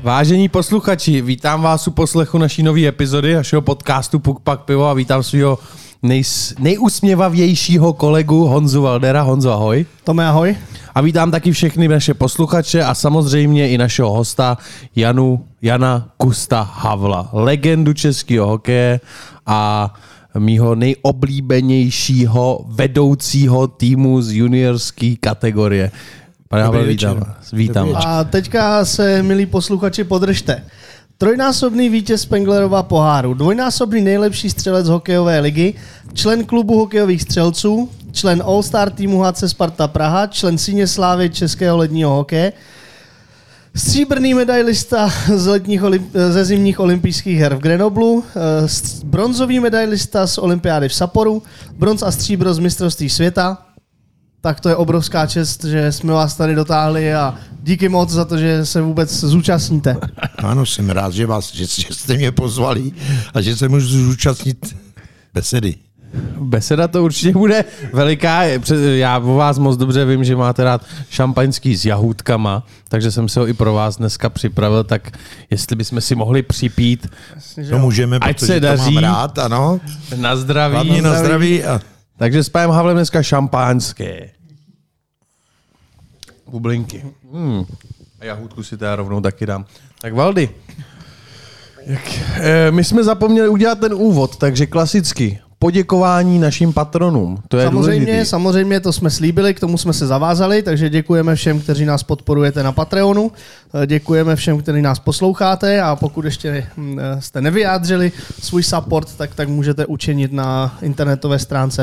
Vážení posluchači, vítám vás u poslechu naší nové epizody našeho podcastu Puk Pak Pivo a vítám svého nejusměvavějšího kolegu Honzu Valdera. Honzo, ahoj. Tome, ahoj. A vítám taky všechny naše posluchače a samozřejmě i našeho hosta Jana Kusta Havla, legendu českého hokeje a mýho nejoblíbenějšího vedoucího týmu z juniorské kategorie. Pane Havle, vítám. A teďka se, milí posluchači, podržte. Trojnásobný vítěz Spenglerova poháru, dvojnásobný nejlepší střelec hokejové ligy, člen klubu hokejových střelců, člen All-Star týmu HC Sparta Praha, člen síně slávy českého ledního hokeje, stříbrný medailista ze zimních olympijských her v Grenoblu, bronzový medailista z olympiády v Sapporu, bronz a stříbro z mistrovství světa. Tak to je obrovská čest, že jsme vás tady dotáhli a díky moc za to, že se vůbec zúčastníte. Ano, jsem rád, že jste mě pozvali a že se můžu zúčastnit besedy. Beseda to určitě bude veliká. Já o vás moc dobře vím, že máte rád šampaňský s jahůdkama, takže jsem se ho i pro vás dneska připravil, tak jestli bychom si mohli připít. To můžeme, ať protože se daří. To mám rád, ano. Na zdraví. Na zdraví. Takže s panem Havlem dneska šampánské. Bublinky. A jahůdku si teda rovnou taky dám. Tak Valdy, my jsme zapomněli udělat ten úvod, takže klasicky poděkování našim patronům. To je důležité. Samozřejmě, to jsme slíbili, k tomu jsme se zavázali, takže děkujeme všem, kteří nás podporujete na Patreonu. Děkujeme všem, kteří nás posloucháte a pokud ještě jste nevyjádřili svůj support, tak můžete učinit na internetové stránce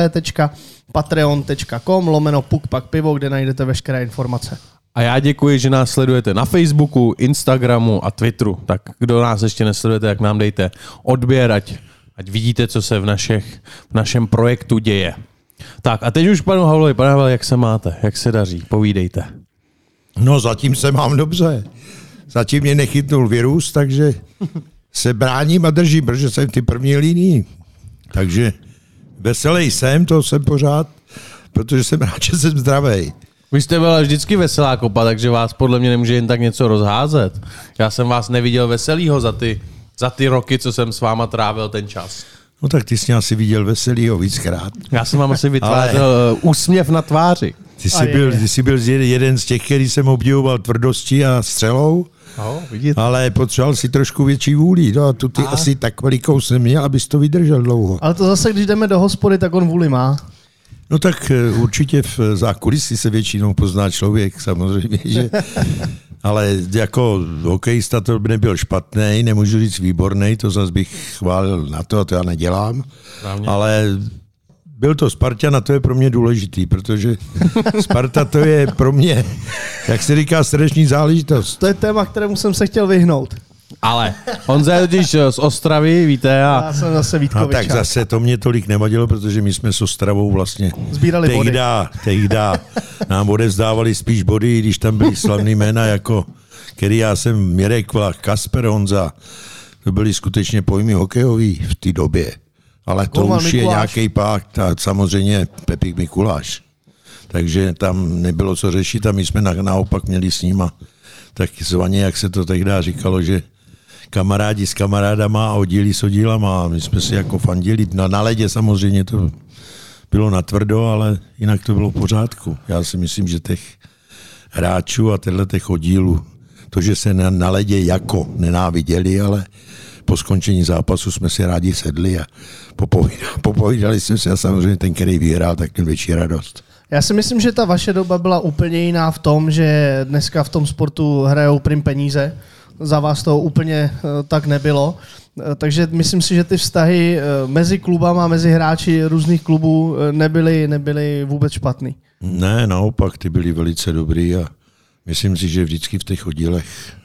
www.patreon.com/pukpakpivo, kde najdete veškeré informace. A já děkuji, že nás sledujete na Facebooku, Instagramu a Twitteru. Tak kdo nás ještě nesledujete, tak nám dejte odběr, ať vidíte, co se v našem projektu děje. Tak a teď už panu Havlovi. Pane Havle, jak se máte? Jak se daří? Povídejte. No zatím se mám dobře. Zatím mě nechytnul virus, takže se bráním a držím, protože jsem v ty první linii. Takže veselý jsem, to jsem pořád, protože jsem rád, že jsem zdravej. Vy jste byla vždycky veselá kopa, takže vás podle mě nemůže jen tak něco rozházet. Já jsem vás neviděl veselýho za ty roky, co jsem s váma trávil ten čas. No tak ty jsi asi viděl veselýho víckrát. Já jsem vám asi vytvářel úsměv na tváři. Ty jsi byl jeden z těch, který jsem obdivoval tvrdostí a střelou, ale potřeboval si trošku větší vůli. No a tu ty asi tak velikou jsem měl, abys to vydržel dlouho. Ale to zase, když jdeme do hospody, tak on vůli má. No tak určitě v zákulisí se většinou pozná člověk, samozřejmě, že... Ale jako hokejista to by nebyl špatný, nemůžu říct výborný, to zase bych chválil na to, a to já nedělám. Právně. Ale byl to Spartan a to je pro mě důležitý, protože Sparta to je pro mě, jak se říká, srdeční záležitost. To je téma, kterému jsem se chtěl vyhnout. Ale Honza je totiž z Ostravy, víte. Já jsem zase Vítkovičák. No, tak zase to mě tolik nevadilo, protože my jsme s Ostravou vlastně sbírali body. Tehda nám odevzdávali spíš body, když tam byly slavný jména, jako který já jsem Mirek Vlach, Kasper Honza. To byly skutečně pojmy hokejový v té době. Ale to Golman už Mikuláš. Je nějaký pák, a samozřejmě Pepík Mikuláš. Takže tam nebylo co řešit a my jsme naopak měli s nima tak zvaně, jak se to tehdy říkalo, že kamarádi s kamarádama a oddíly s oddílama. My jsme si jako fandili. Na ledě samozřejmě to bylo natvrdo, ale jinak to bylo v pořádku. Já si myslím, že těch hráčů a těch oddílů, to, že se na ledě jako nenáviděli, ale po skončení zápasu jsme si rádi sedli a popovídali jsme se a samozřejmě ten, který vyhrál, tak měl větší radost. Já si myslím, že ta vaše doba byla úplně jiná v tom, že dneska v tom sportu hrajou prim peníze. Za vás to úplně tak nebylo. Takže myslím si, že ty vztahy mezi klubama, mezi hráči různých klubů nebyly vůbec špatný. Ne, naopak, ty byly velice dobrý a myslím si, že vždycky v těch oddílech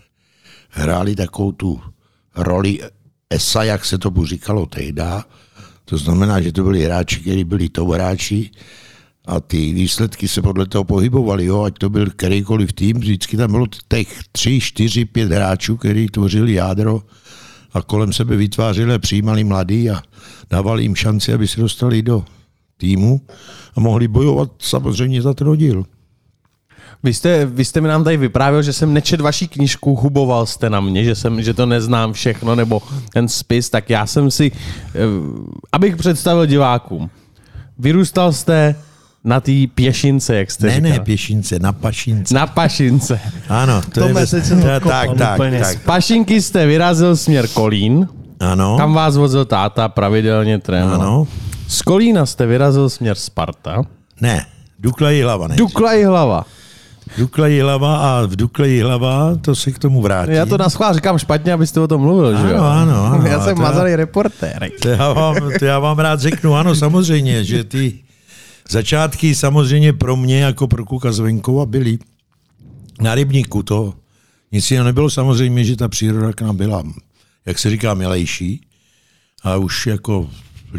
hráli takovou tu roli ESA, jak se to říkalo tehda. To znamená, že to byli hráči, kteří byli hráči a ty výsledky se podle toho pohybovaly, jo, ať to byl kterýkoliv tým, vždycky tam bylo těch 3, 4, 5 hráčů, kteří tvořili jádro a kolem sebe vytvářeli a přijímali mladý a dávali jim šanci, aby se dostali do týmu a mohli bojovat samozřejmě za ten oddíl. Vy jste mi nám tady vyprávěl, že jsem nečet vaši knížku, huboval jste na mě, že to neznám všechno, nebo ten spis, tak já jsem si, abych představil divákům, vyrůstal jste na té pěšince, jak jste říkal. Ne, pěšince, na pašince. Na pašince. Ano, to je tak. Z pašinky jste vyrazil směr Kolín, ano. Tam vás vozil táta pravidelně trénovat. Ano. Z Kolína jste vyrazil směr Sparta. Ne, Dukla Jihlava. Dukla Jihlava. Dukla Jihlava a v Dukle Jihlava, to se k tomu vrátí. Já to naschvál říkám špatně, abyste o tom mluvil, že jo? Ano. Já jsem mazalý reportér. To já vám rád řeknu, ano, samozřejmě, že ty začátky samozřejmě pro mě, jako pro kluka z venkova, byly na rybníku. To nic jiného nebylo, samozřejmě, že ta příroda k nám byla, jak se říká, milejší. A už jako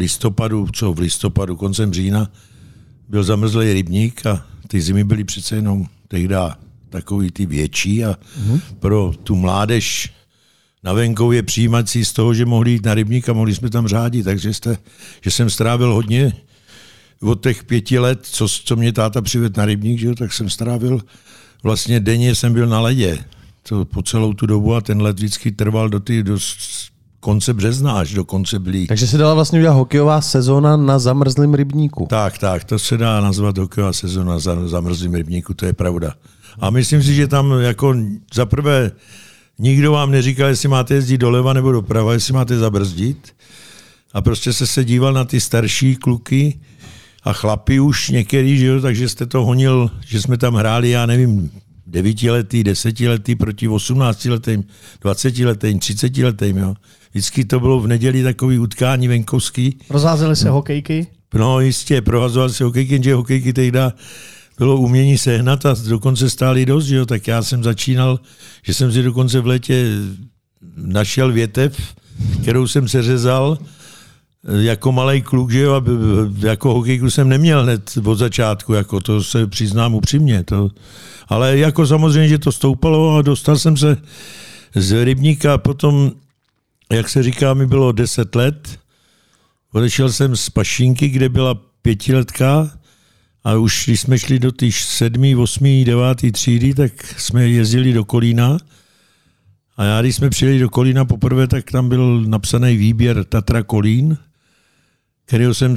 v listopadu, koncem října, byl zamrzlý rybník a ty zimy byly přece jenom tehdy takový ty větší a pro tu mládež na venkově přijímat si z toho, že mohli jít na rybník a mohli jsme tam řádit. Takže že jsem strávil hodně od těch 5 let, co mě táta přivedl na rybník, že, tak jsem strávil vlastně denně jsem byl na ledě. To po celou tu dobu a ten let vždycky trval do konce března až do konce blí. Takže se dala vlastně udělat hokejová sezóna na zamrzlém rybníku. Tak, to se dá nazvat hokejová sezóna na zamrzlém rybníku, to je pravda. A myslím si, že tam jako zaprvé nikdo vám neříkal, jestli máte jezdit doleva nebo doprava, jestli máte zabrzdit. A prostě se díval na ty starší kluky a chlapi už některý, že jo, takže jste to honil, že jsme tam hráli, já nevím, 9letý, 10letý proti 18letým, 20letým, 30letým, jo. Vždycky to bylo v neděli takový utkání venkovský. Rozházely se hokejky? No jistě, prohazoval se hokejky, že hokejky tehda bylo umění sehnat a dokonce stály dost, že jo, tak já jsem začínal, že jsem si dokonce v létě našel větev, kterou jsem seřezal jako malej kluk, že jo, a jako hokejku jsem neměl hned od začátku, jako to se přiznám upřímně, ale jako samozřejmě, že to stoupalo a dostal jsem se z rybníka potom, jak se říká, mi bylo 10 let, odešel jsem z Pašinky, kde byla 5letka a už když jsme šli do těch 7., 8., 9. třídy, tak jsme jezdili do Kolína a já, když jsme přijeli do Kolína poprvé, tak tam byl napsaný výběr Tatra Kolín, kterého jsem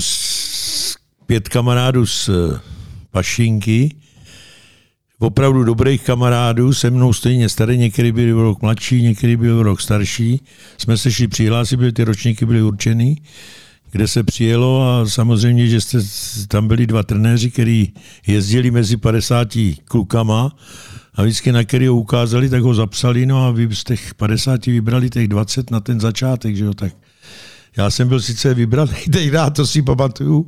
5 kamarádů z Pašinky, opravdu dobrých kamarádů, se mnou stejně starý, některý byli o rok mladší, některý byli o rok starší. Jsme se šli přihlásit, ty ročníky byly určený, kde se přijelo a samozřejmě, že tam byli 2 trenéři, kteří jezdili mezi 50 klukama a vždycky na který ho ukázali, tak ho zapsali, no a z těch 50 vybrali těch 20 na ten začátek, že jo, tak já jsem byl sice vybraný, tehdy, to si pamatuju,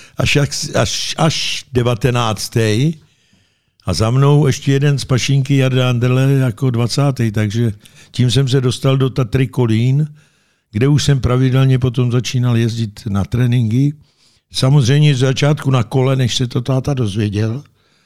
až 19. A za mnou ještě jeden z Pašinky, Jarda Anderle, jako 20. Takže tím jsem se dostal do Tatry Kolín, kde už jsem pravidelně potom začínal jezdit na tréninky. Samozřejmě z začátku na kole, než se to táta dozvěděl.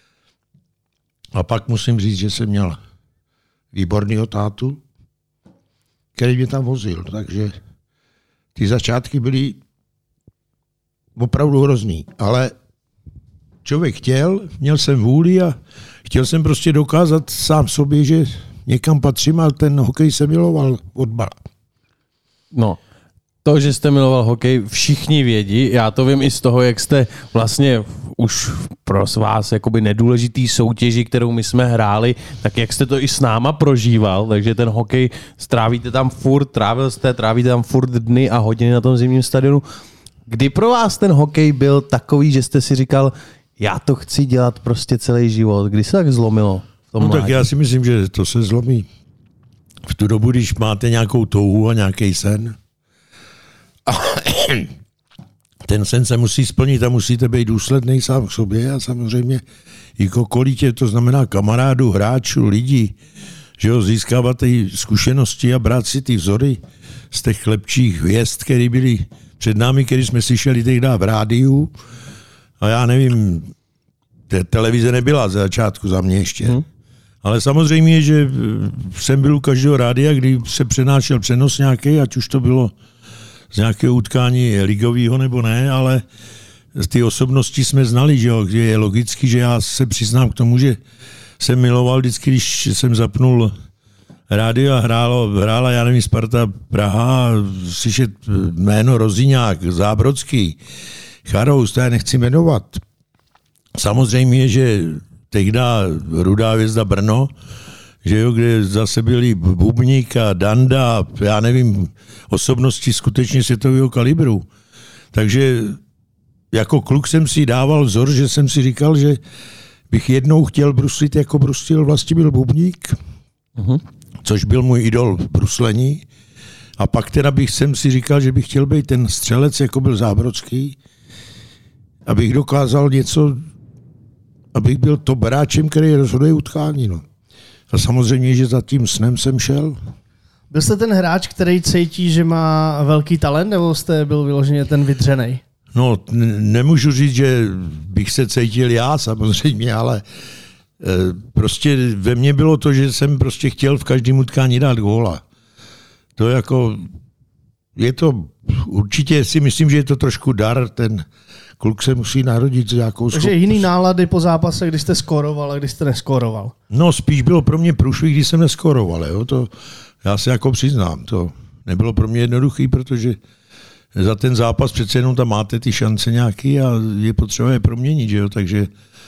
A pak musím říct, že jsem měl výborného tátu, který mě tam vozil. Takže ty začátky byly opravdu hrozný. Ale člověk měl jsem vůli a chtěl jsem prostě dokázat sám sobě, že někam patřím a ten hokej se miloval od mala. No, to, že jste miloval hokej, všichni vědí. Já to vím i z toho, jak jste vlastně už pro vás jakoby nedůležitý soutěži, kterou my jsme hráli, tak jak jste to i s náma prožíval, takže ten hokej trávíte tam furt dny a hodiny na tom zimním stadionu. Kdy pro vás ten hokej byl takový, že jste si říkal, já to chci dělat prostě celý život? Kdy se tak zlomilo? No tak já si myslím, že to se zlomí v tu dobu, když máte nějakou touhu a nějaký sen. A ten sen se musí splnit a musíte být důsledný sám k sobě a samozřejmě i k okolí, to znamená kamarádů, hráčů, lidí, že jo, získávat ty zkušenosti a brát si ty vzory z těch lepších hvězd, které byly před námi, který jsme slyšeli tehdy v rádiu. A já nevím, televize nebyla za začátku za mě ještě. Ale samozřejmě, že jsem byl u každého rádia, kdy se přenášel přenos nějaký, ať už to bylo z nějakého utkání ligového nebo ne, ale ty osobnosti jsme znali, že jo, kde je logicky, že já se přiznám k tomu, že jsem miloval vždycky, když jsem zapnul rádio a hrála, já nevím, Sparta Praha, slyšet jméno Roziňák, Zábrodský, Charous, to já nechci jmenovat. Samozřejmě, že tehda Rudá hvězda Brno, že jo, kde zase byli Bubník a Danda, já nevím, osobnosti skutečně světového kalibru. Takže jako kluk jsem si dával vzor, že jsem si říkal, že bych jednou chtěl bruslit, jako bruslil Vlastimil Bubník, což byl můj idol v bruslení. A pak teda jsem si říkal, že bych chtěl být ten střelec, jako byl Zábrodský, abych dokázal něco, abych byl to bráčem, který rozhoduje utkání. No. A samozřejmě, že za tím snem jsem šel. Byl jste ten hráč, který cítí, že má velký talent, nebo jste byl vyloženě ten vydřenej? No, nemůžu říct, že bych se cítil já samozřejmě, ale prostě ve mně bylo to, že jsem prostě chtěl v každém utkání dát góla. To jako, je to, určitě si myslím, že je to trošku dar, ten kluk se musí narodit s nějakou schopností. Takže jiný nálady po zápase, když jste skóroval a když jste neskóroval? No, spíš bylo pro mě průšvih, když jsem neskóroval. Jo? To já se jako přiznám. To nebylo pro mě jednoduchý, protože za ten zápas přece jenom tam máte ty šance nějaký a je potřeba je proměnit. Jo? Takže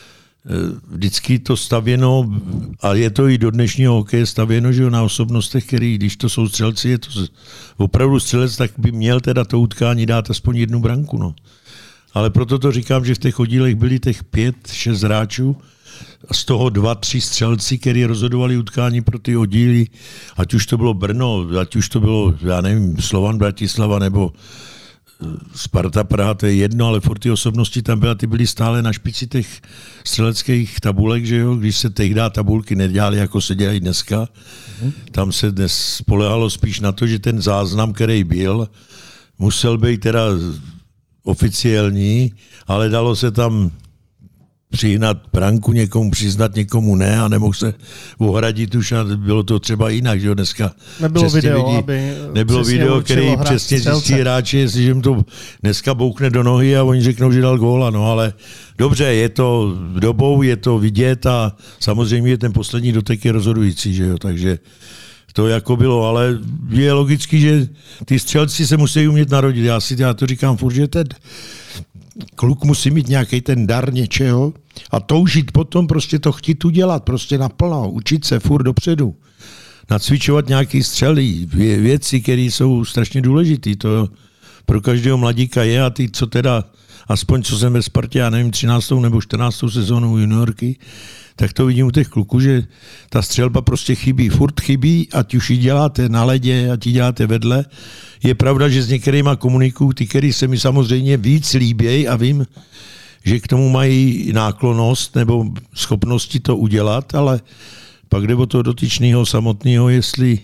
vždycky to stavěno, a je to i do dnešního hokeje stavěno, že jo, na osobnostech, který, když to jsou střelci, je to opravdu střelec, tak by měl teda to utkání dát aspoň jednu branku. No. Ale proto to říkám, že v těch oddílech byli těch 5-6 hráčů, a z toho 2-3 střelci, kteří rozhodovali utkání pro ty oddíly, ať už to bylo Brno, ať už to bylo, já nevím, Slovan Bratislava nebo Sparta Praha, to je jedno, ale furt ty osobnosti tam byly, ty byly stále na špici těch střeleckých tabulek, že jo, když se tehdy tabulky nedělaly, jako se dělají dneska. Tam se dnes spolehalo spíš na to, že ten záznam, který byl, musel být teda oficiální, ale dalo se tam přihnat branku někomu, přiznat někomu ne a nemohl se ohradit už a bylo to třeba jinak, že jo, dneska nebylo video, nebylo video, který přesně zjistí hráči, jestliže mu to dneska bouchne do nohy a oni řeknou, že dal góla, no ale dobře, je to dobou, je to vidět a samozřejmě ten poslední dotek je rozhodující, že jo, takže to jako bylo, ale je logický, že ty střelci se musí umět narodit. Já to říkám furt, že ten kluk musí mít nějaký ten dar něčeho a toužit potom prostě to chtít udělat, prostě naplno, učit se furt dopředu, nacvičovat nějaký střely, věci, které jsou strašně důležité. To pro každého mladíka je a ty, co teda, aspoň co jsem ve Spartě, já nevím, 13. nebo 14. sezónu juniorky, tak to vidím u těch kluků, že ta střelba prostě chybí. Furt chybí, ať už ji děláte na ledě, ať ji děláte vedle. Je pravda, že s některýma komunikuju, ty, který se mi samozřejmě víc líbějí a vím, že k tomu mají náklonnost nebo schopnosti to udělat, ale pak jde o toho dotyčného samotného, jestli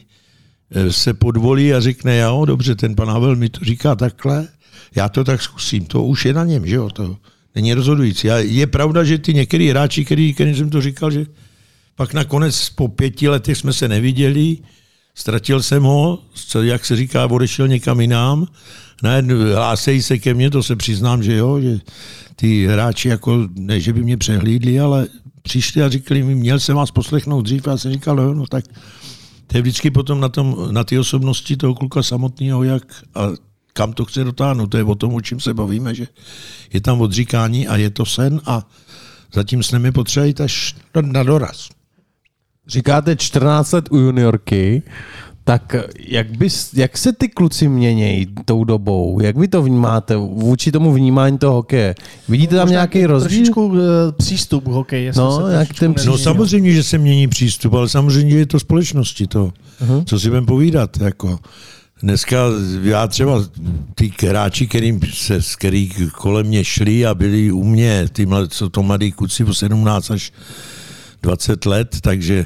se podvolí a řekne, jo, dobře, ten pan Havel mi to říká takhle, já to tak zkusím, to už je na něm, že jo, to není rozhodující. A je pravda, že ty některý hráči, kterým jsem to říkal, že pak nakonec po 5 letech jsme se neviděli, ztratil jsem ho, jak se říká, odešel někam jinam, hlásejí se ke mně, to se přiznám, že jo, že ty hráči jako, ne, že by mě přehlídli, ale přišli a říkali mi, měl jsem vás poslechnout dřív, a já jsem říkal, no tak to je vždycky potom na ty osobnosti toho kluka samotného, jak a kam to chce dotáhnout. To je o tom, o čem se bavíme, že je tam odříkání a je to sen a zatím snem je potřeba jít až na doraz. Říkáte 14 let u juniorky, tak jak se ty kluci měnějí tou dobou? Jak vy to vnímáte vůči tomu vnímání toho hokeje? Vidíte tam nějaký rozdíl? Trošičku přístup k hokeji. No samozřejmě, že se mění přístup, ale samozřejmě je to společnosti to, co si budeme povídat. Jako. Dneska já třeba ty hráči, který kolem mě šli a byli u mě, jsou to mladí kluci o 17 až 20 let, takže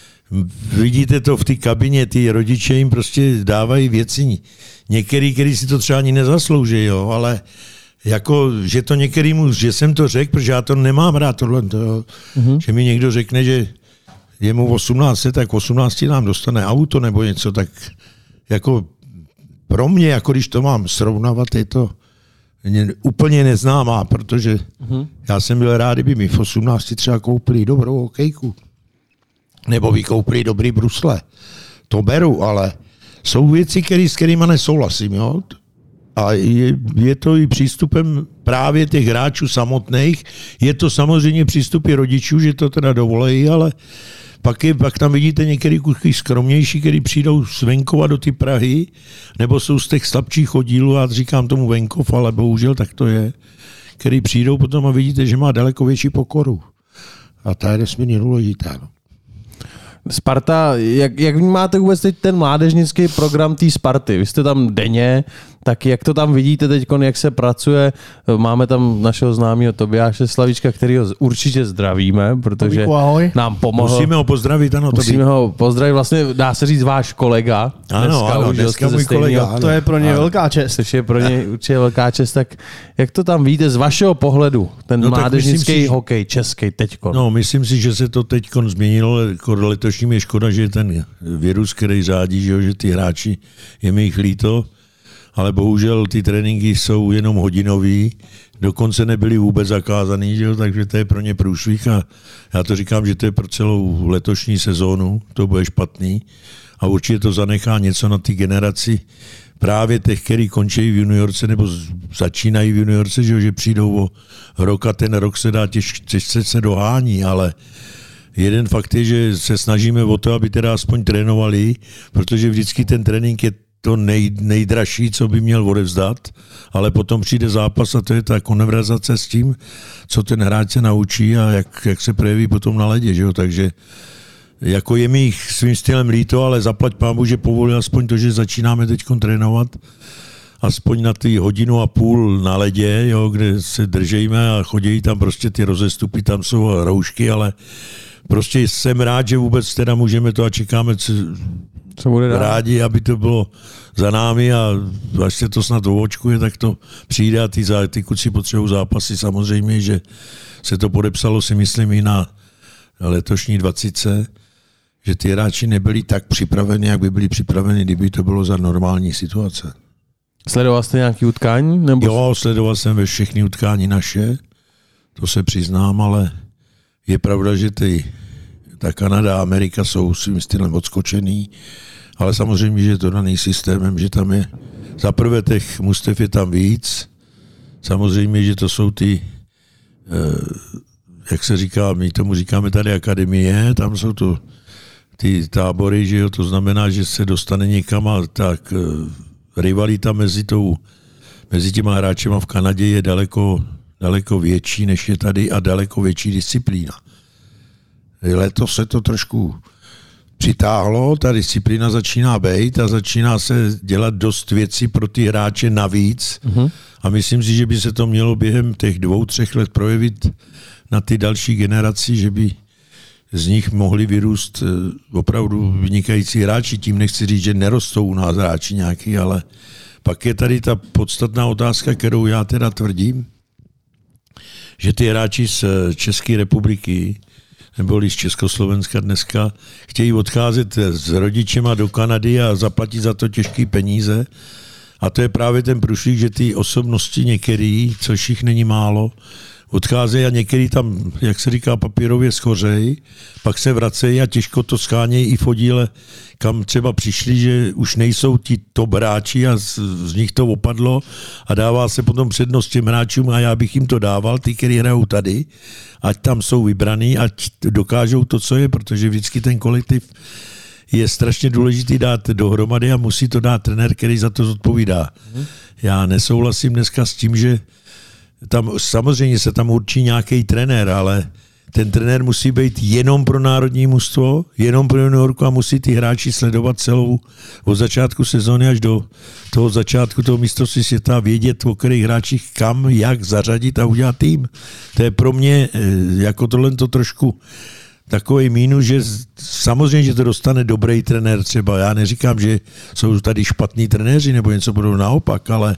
vidíte to v té kabině, ty rodiče jim prostě dávají věci, který si to třeba ani nezaslouží, jo, ale jako, že to některýmu, že jsem to řekl, protože já to nemám rád tohle, že mi někdo řekne, že je mu 18, tak 18 nám dostane auto nebo něco, tak jako pro mě, jako když to mám srovnávat, je to úplně neznámá, protože já jsem byl rád, kdyby mi v 18 třeba koupili dobrou hokejku. nebo vykoupili dobrý brusle. To beru, ale jsou věci, s kterými nesouhlasím. Jo? A je to i přístupem právě těch hráčů samotných. Je to samozřejmě přístupy rodičů, že to teda dovolejí, ale pak tam vidíte některý kuchy skromnější, který přijdou z venkova do ty Prahy, nebo jsou z těch slabších oddílů, já říkám tomu venkov, ale bohužel tak to je, který přijdou potom a vidíte, že má daleko větší pokoru. A ta je nesmírně důležitá. No. Sparta, jak vnímáte vůbec teď ten mládežnický program té Sparty? Vy jste tam denně, tak jak to tam vidíte teď, jak se pracuje? Máme tam našeho známého Tobiáše Slavíčka, kterýho určitě zdravíme, protože nám pomohl. Musíme ho pozdravit, ano. Musíme ho pozdravit, vlastně dá se říct váš kolega. Dneska můj kolega. To je pro ně velká čest. Což je pro ně určitě velká čest. Tak jak to tam vidíte z vašeho pohledu, ten mládežnický hokej český teďko? No, myslím si, že se to teďko změnilo. Letošním je škoda, že ten virus, který řádí, že ty hráči, je mi jich líto, ale bohužel ty tréninky jsou jenom hodinový, dokonce nebyly vůbec zakázaný, že jo? Takže to je pro ně průšvih a já to říkám, že to je pro celou letošní sezónu, to bude špatný a určitě to zanechá něco na ty generaci právě těch, který končí v juniorce nebo začínají v juniorce, že přijdou o rok a ten rok se dá těžce se dohání, ale jeden fakt je, že se snažíme o to, aby teda aspoň trénovali, protože vždycky ten trénink je to nejdražší, co by měl odevzdat, ale potom přijde zápas a to je ta konverzace s tím, co ten hráč se naučí a jak se projeví potom na ledě. Že jo? Takže jako je mi jich svým stylem líto, ale zaplať pámu, že povolil aspoň to, že začínáme teď trénovat aspoň na ty 1,5 hodiny na ledě, jo, kde se držíme a chodí tam prostě ty rozestupy, tam jsou roušky, ale prostě jsem rád, že vůbec teda můžeme to a čekáme, co bude rádi, aby to bylo za námi a až se to snad očkuje, tak to přijde a ty kluci potřebují zápasy. Samozřejmě, že se to podepsalo, si myslím, i na letošní 20, že ty hráči nebyli tak připraveni, jak by byli připraveni, kdyby to bylo za normální situace. Sledoval jste nějaký utkání? Nebo... Jo, sledoval jsem ve všechny utkání naše, to se přiznám, ale je pravda, že ta Kanada a Amerika jsou svým stylem odskočený, ale samozřejmě, že je to daný systémem, že tam je za prvé těch mustev je tam víc, samozřejmě, že to jsou ty, jak se říká, my tomu říkáme tady akademie, tam jsou to ty tábory, že jo, to znamená, že se dostane někam a tak rivalita mezi těma hráčema v Kanadě je daleko větší, než je tady a daleko větší disciplína. Letos se to trošku přitáhlo, ta disciplína začíná být a začíná se dělat dost věcí pro ty hráče navíc a myslím si, že by se to mělo během těch 2-3 let projevit na ty další generaci, že by z nich mohli vyrůst opravdu vynikající hráči. Tím nechci říct, že nerostou u nás hráči nějaký, ale pak je tady ta podstatná otázka, kterou já teda tvrdím, že ty hráči z České republiky neboli z Československa dneska chtějí odcházet s rodičema do Kanady a zaplatit za to těžké peníze. A to je právě ten průšvih, že ty osobnosti některý, což jich není málo, odcházejí a některý tam, jak se říká, papírově schořej, pak se vracejí a těžko to schánějí i v oddíle, kam třeba přišli, že už nejsou ti top hráči a z nich to opadlo a dává se potom přednost těm hráčům a já bych jim to dával, ty, kteří hrajou tady, ať tam jsou vybraný, ať dokážou to, co je, protože vždycky ten kolektiv je strašně důležitý dát dohromady a musí to dát trenér, který za to zodpovídá. Já nesouhlasím dneska s tím, že tam samozřejmě se tam určí nějaký trenér, ale ten trenér musí být jenom pro národní mužstvo, jenom pro juniorku a musí ty hráči sledovat celou od začátku sezóny až do toho začátku toho mistrovství světa, vědět, o kterých hráčích kam, jak zařadit a udělat tým. To je pro mě jako tohle to trošku takový mínus, že samozřejmě, že to dostane dobrý trenér třeba. Já neříkám, že jsou tady špatní trenéři nebo něco budou naopak, ale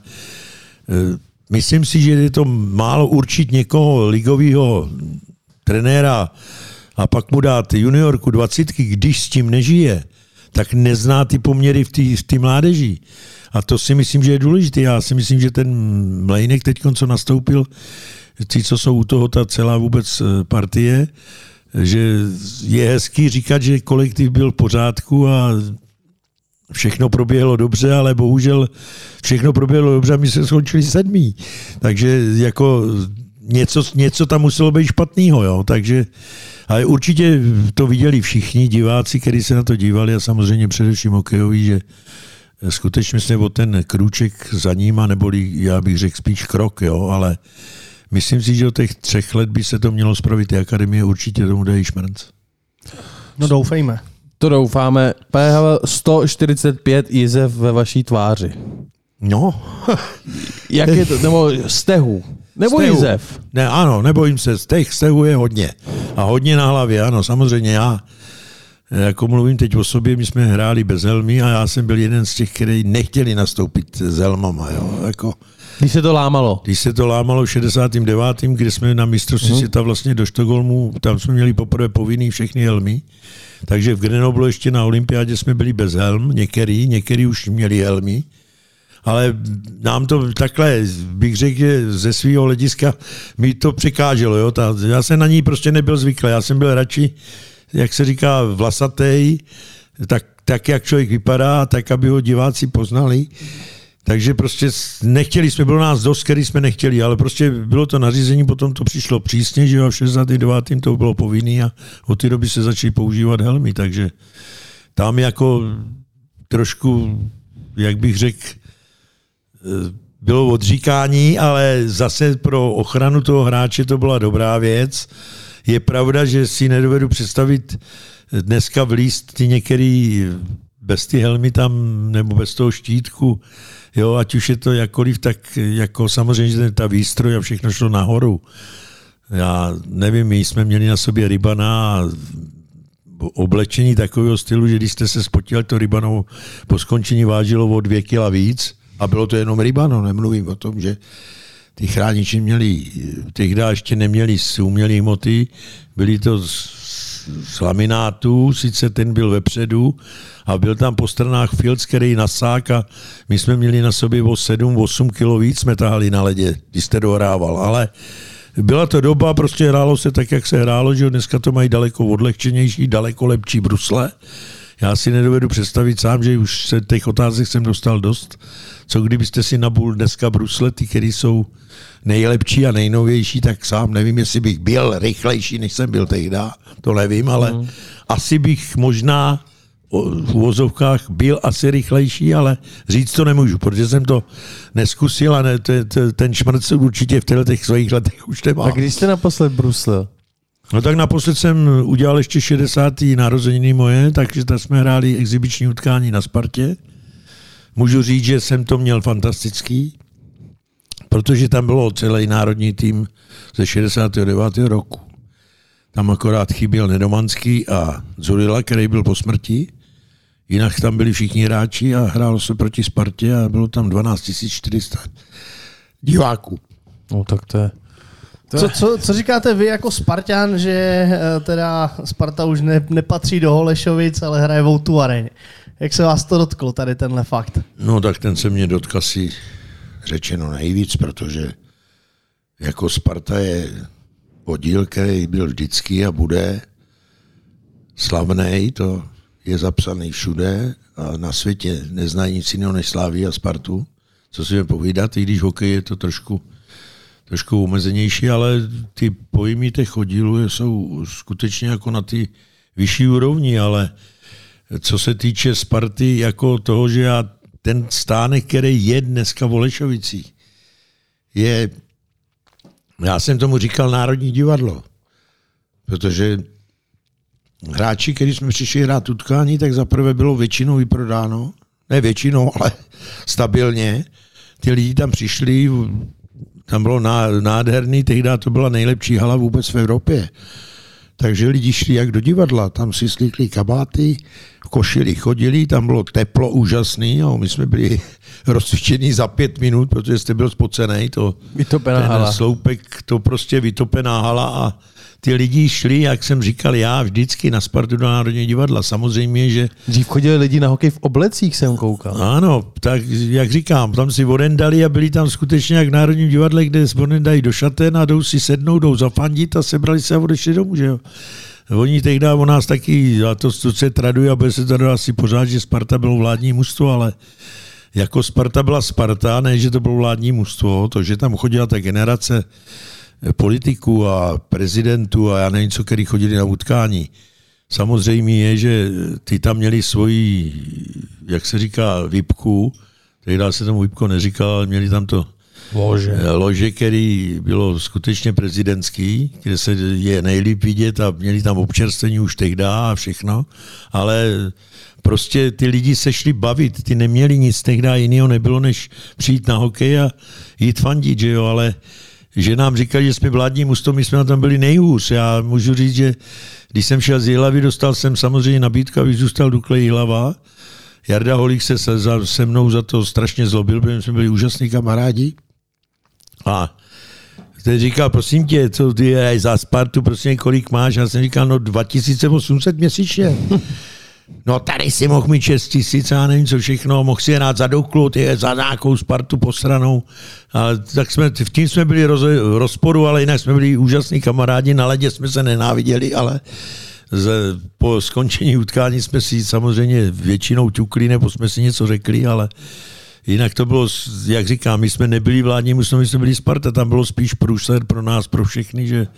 myslím si, že je to málo určit někoho ligového trenéra a pak mu dát juniorku 20, když s tím nežije, tak nezná ty poměry v té mládeži. A to si myslím, že je důležité. Já si myslím, že ten Mlejnek teď, co nastoupil, ti, co jsou u toho, ta celá vůbec partie, že je hezký říkat, že kolektiv byl v pořádku a všechno proběhlo dobře, ale bohužel všechno proběhlo dobře a my jsme skončili 7. Takže jako něco tam muselo být špatného, jo. Takže ale určitě to viděli všichni diváci, kteří se na to dívali a samozřejmě především hokejoví, že skutečně jsme o ten krůček za ním, neboli já bych řekl spíš krok, jo, ale myslím si, že od těch 3 let by se to mělo spravit. Ty akademie určitě tomu dají šmrnc. No doufejme. To doufáme. Pavel, 145 jizev ve vaší tváři. No. Jak je to? Nebo stehů. Nebo stehu. jizev. Ne, ano, nebojím se. Stehu je hodně. A hodně na hlavě, ano. Samozřejmě já, jako mluvím teď o sobě, my jsme hráli bez helmy a já jsem byl jeden z těch, kteří nechtěli nastoupit s helmama. Jo. Jako, Když se to lámalo. Když se to lámalo v 69., kde jsme na mistrovství světa vlastně do Štokholmu, tam jsme měli poprvé povinný všechny helmy. Takže v Grenoblu ještě na olympiádě jsme byli bez helm, některý už měli helmy. Ale nám to takhle, bych řekl, že ze svého hlediska mi to překáželo. Jo? Já jsem na ní prostě nebyl zvyklý. Já jsem byl radši, jak se říká, vlasatej, tak jak člověk vypadá, tak aby ho diváci poznali. Takže prostě nechtěli jsme, bylo nás dost, který jsme nechtěli, ale prostě bylo to nařízení, potom to přišlo přísně, že v 69. to bylo povinný a od té doby se začaly používat helmy, takže tam jako trošku, jak bych řekl, bylo odříkání, ale zase pro ochranu toho hráče to byla dobrá věc. Je pravda, že si nedovedu představit dneska vlízt ty některý bez ty helmy tam, nebo bez toho štítku, jo, ať už je to jakkoliv, tak jako samozřejmě, že ta výstroj a všechno šlo nahoru. Já nevím, my jsme měli na sobě rybana a oblečení takového stylu, že když jste se spotil, to rybano po skončení vážilo o 2 kila víc a bylo to jenom rybano, nemluvím o tom, že ty chrániči měli, tehdy ještě neměli z umělý hmoty, byli to z laminátu, sice ten byl vepředu a byl tam po stranách filc, který nasák a my jsme měli na sobě o 7-8 kilo víc, jsme tahali na ledě, když jste dohrával, ale byla to doba, prostě hrálo se tak, jak se hrálo, že dneska to mají daleko odlehčenější, daleko lepší brusle. Já si nedovedu představit sám, že už se těch otázek jsem dostal dost. Co kdybyste si nabul dneska brusle, ty, které jsou nejlepší a nejnovější, tak sám nevím, jestli bych byl rychlejší, než jsem byl tehdy, to nevím, ale asi bych možná v uvozovkách byl asi rychlejší, ale říct to nemůžu, protože jsem to neskusil a ten šmrc určitě v těch svých letech už nemám. Tak když jste naposled bruslil? No tak naposled jsem udělal ještě 60. narozeniny moje, takže tam jsme hráli exibiční utkání na Spartě. Můžu říct, že jsem to měl fantastický, protože tam bylo celý národní tým ze 69. roku. Tam akorát chyběl Nedomanský a Zurila, který byl po smrti. Jinak tam byli všichni hráči a hrálo se proti Spartě a bylo tam 12 400 diváků. No tak to je... Co říkáte vy jako Spartan, že teda Sparta už nepatří do Holešovic, ale hraje v O2 aréně? Jak se vás to dotklo, tady tenhle fakt? No tak ten se mě dotkl si řečeno nejvíc, protože jako Sparta je oddíl, který byl vždycky a bude slavnej, to je zapsaný všude a na světě neznají nic jiného než Slávii a Spartu. Co si budeme povídat, i když hokej je to trošku omezenější, ale ty pojmy těch oddílů jsou skutečně jako na ty vyšší úrovni, ale co se týče Sparty, jako toho, že ten stánek, který je dneska v Holešovicích, já jsem tomu říkal Národní divadlo, protože hráči, kteří jsme přišli hrát utkání, tak zaprvé bylo většinou vyprodáno, ne většinou, ale stabilně. Ty lidi tam přišli, tam bylo nádherný, tehdy to byla nejlepší hala vůbec v Evropě. Takže lidi šli jak do divadla, tam si slíkli kabáty, v košili chodili, tam bylo teplo úžasný a my jsme byli rozcvičení za 5 minut, protože jste byl spocenej. Vytopená hala. Sloupek, to prostě vytopená hala a ty lidi šli, jak jsem říkal já, vždycky na Spartu do Národního divadla. Samozřejmě, že... Dřív chodili lidi na hokej v oblecích, jsem koukal. Ano, tak jak říkám, tam si odendali a byli tam skutečně jak v Národním divadle, kde odendali do šaten a jdou si sednout, jdou zafandit a sebrali se a odešli domů, že jo. Oni tehdy o nás taky, a to se traduje a bude se tradovat asi pořád, že Sparta bylo vládní mužstvo, ale jako Sparta byla Sparta, ne, že to bylo vládní mužstvo, to, že tam chodila ta generace politiků a prezidentů a já nevím co, který chodili na utkání. Samozřejmě je, že ty tam měli svoji, jak se říká, vipku, tehdy se tomu vipko neříkal, ale měli tam to lože, který bylo skutečně prezidentský, kde se je nejlíp vidět a měli tam občerstvení už tehdy a všechno, ale prostě ty lidi se šli bavit, ty neměli nic tehdy jiného nebylo, než přijít na hokej a jít fandit, že jo, ale že nám říkali, že jsme vládní mužstvo, my jsme na tom byli nejhůř. Já můžu říct, že když jsem šel z Jihlavy, dostal jsem samozřejmě nabídku, abych zůstal Dukle Jihlava. Jarda Holík se mnou za to strašně zlobil, protože jsme byli úžasní kamarádi. A teď říkal, prosím tě, co ty je za Spartu, prosím, kolik máš? Já jsem říkal, no 2800 měsíčně. No tady si mohl mít 6 000, já nevím co všechno, mohl si hrát za Duklu, ty za nějakou Spartu posranou. Ale tak v tím jsme byli v rozporu, ale jinak jsme byli úžasní kamarádi, na ledě jsme se nenáviděli, ale po skončení utkání jsme si samozřejmě většinou ťukli, nebo jsme si něco řekli, ale jinak to bylo, jak říkám, my jsme nebyli vládní, my jsme byli Sparta, tam bylo spíš průser pro nás, pro všechny, že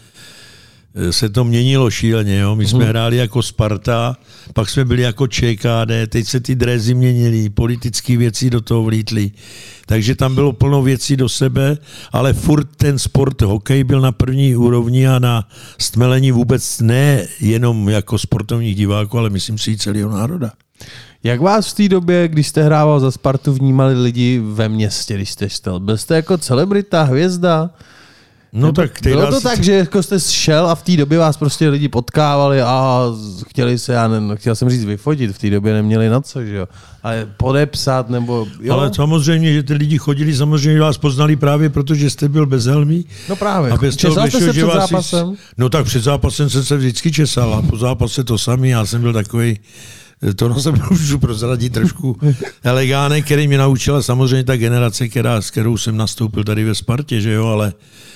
se to měnilo šíleně. Jo? My jsme hráli jako Sparta, pak jsme byli jako ČKD, teď se ty drézy měnily, politické věci do toho vlítly. Takže tam bylo plno věcí do sebe, ale furt ten sport, hokej byl na první úrovni a na stmelení vůbec ne jenom jako sportovních diváků, ale myslím si i celého národa. Jak vás v té době, když jste hrával za Spartu, vnímali lidi ve městě, když jste šel? Byl jste jako celebrita, hvězda? No tak bylo to tak, že jako jste šel a v té době vás prostě lidi potkávali a chtěli se, chtěl jsem říct vyfotit, v té době neměli na co, že jo, ale podepsat nebo jo. Ale samozřejmě, že ty lidi chodili, samozřejmě vás poznali právě, protože jste byl bez helmy. No právě, česal jste se před zápasem? No tak před zápasem jsem se vždycky česal a po zápase to samý, já jsem byl takový. To se můžu prozradit trošku elegánek, který mě naučila samozřejmě ta generace, s kterou jsem nastoupil tady ve Spartě, že jo, ale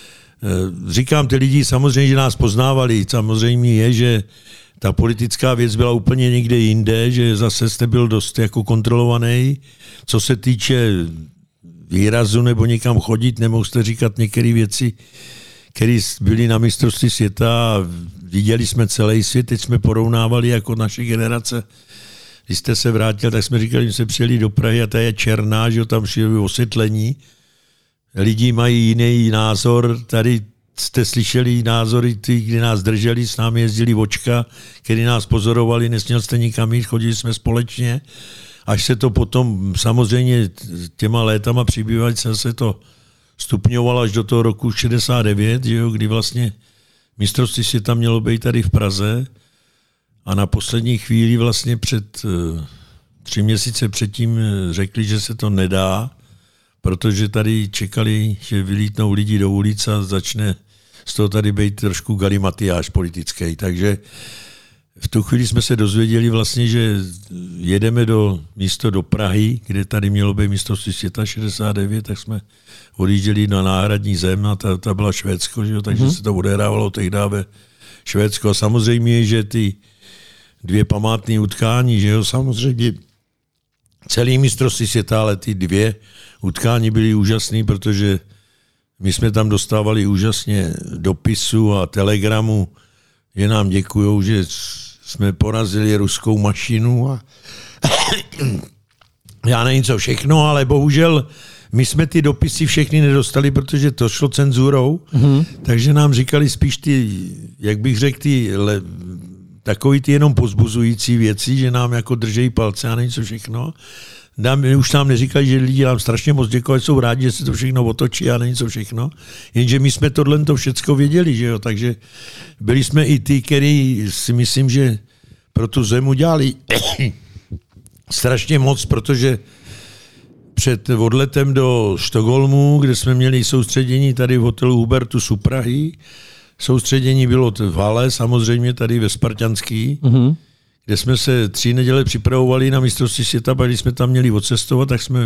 říkám, ty lidi samozřejmě, že nás poznávali, samozřejmě je, že ta politická věc byla úplně někde jinde, že zase jste byl dost jako kontrolovaný, co se týče výrazu nebo někam chodit, nemohl jste říkat některé věci, které byly na mistrovství světa a viděli jsme celý svět, teď jsme porovnávali jako naše generace. Když jste se vrátil, tak jsme říkali, že se přijeli do Prahy a ta je černá, že tam šli osvětlení. Lidi mají jiný názor, tady jste slyšeli názory, ty, kdy nás drželi, s námi jezdili vočka, který nás pozorovali, nesměl jste nikam jít, chodili jsme společně, až se to potom samozřejmě těma létama přibývající se to stupňovalo až do toho roku 69, že jo, kdy vlastně mistrovství světa mělo být tady v Praze a na poslední chvíli vlastně 3 měsíce předtím řekli, že se to nedá, protože tady čekali, že vylítnou lidi do ulic a začne z toho tady být trošku galimatiáž politický. Takže v tu chvíli jsme se dozvěděli vlastně, že jedeme místo do Prahy, kde tady mělo být mistrovství světa 69, tak jsme odjížděli na náhradní zem a ta byla Švédsko, že jo? Takže se to odehrávalo tehdy ve Švédsko. A samozřejmě, že ty 2 památné utkání, že jo, samozřejmě celý mistrovství světa, ale ty 2 utkání byly úžasný, protože my jsme tam dostávali úžasně dopisů a telegramů, že nám děkujou, že jsme porazili ruskou mašinu a já nevím co všechno, ale bohužel my jsme ty dopisy všechny nedostali, protože to šlo cenzurou, takže nám říkali spíš ty, jak bych řekl, takový ty jenom pozbuzující věci, že nám jako držejí palce a nevím co všechno. Už nám neříkají, že lidi nám strašně moc děkují, jsou rádi, že se to všechno otočí a nevím co všechno. Jenže my jsme tohle to všecko věděli, že jo, takže byli jsme i ty, který si myslím, že pro tu zem udělali strašně moc, protože před odletem do Stockholmu, kde jsme měli soustředění tady v hotelu Hubertus u Prahy, soustředění bylo v hale, samozřejmě tady ve Spartanský, kde jsme se 3 neděle připravovali na mistrovství světa, když jsme tam měli odcestovat, tak jsme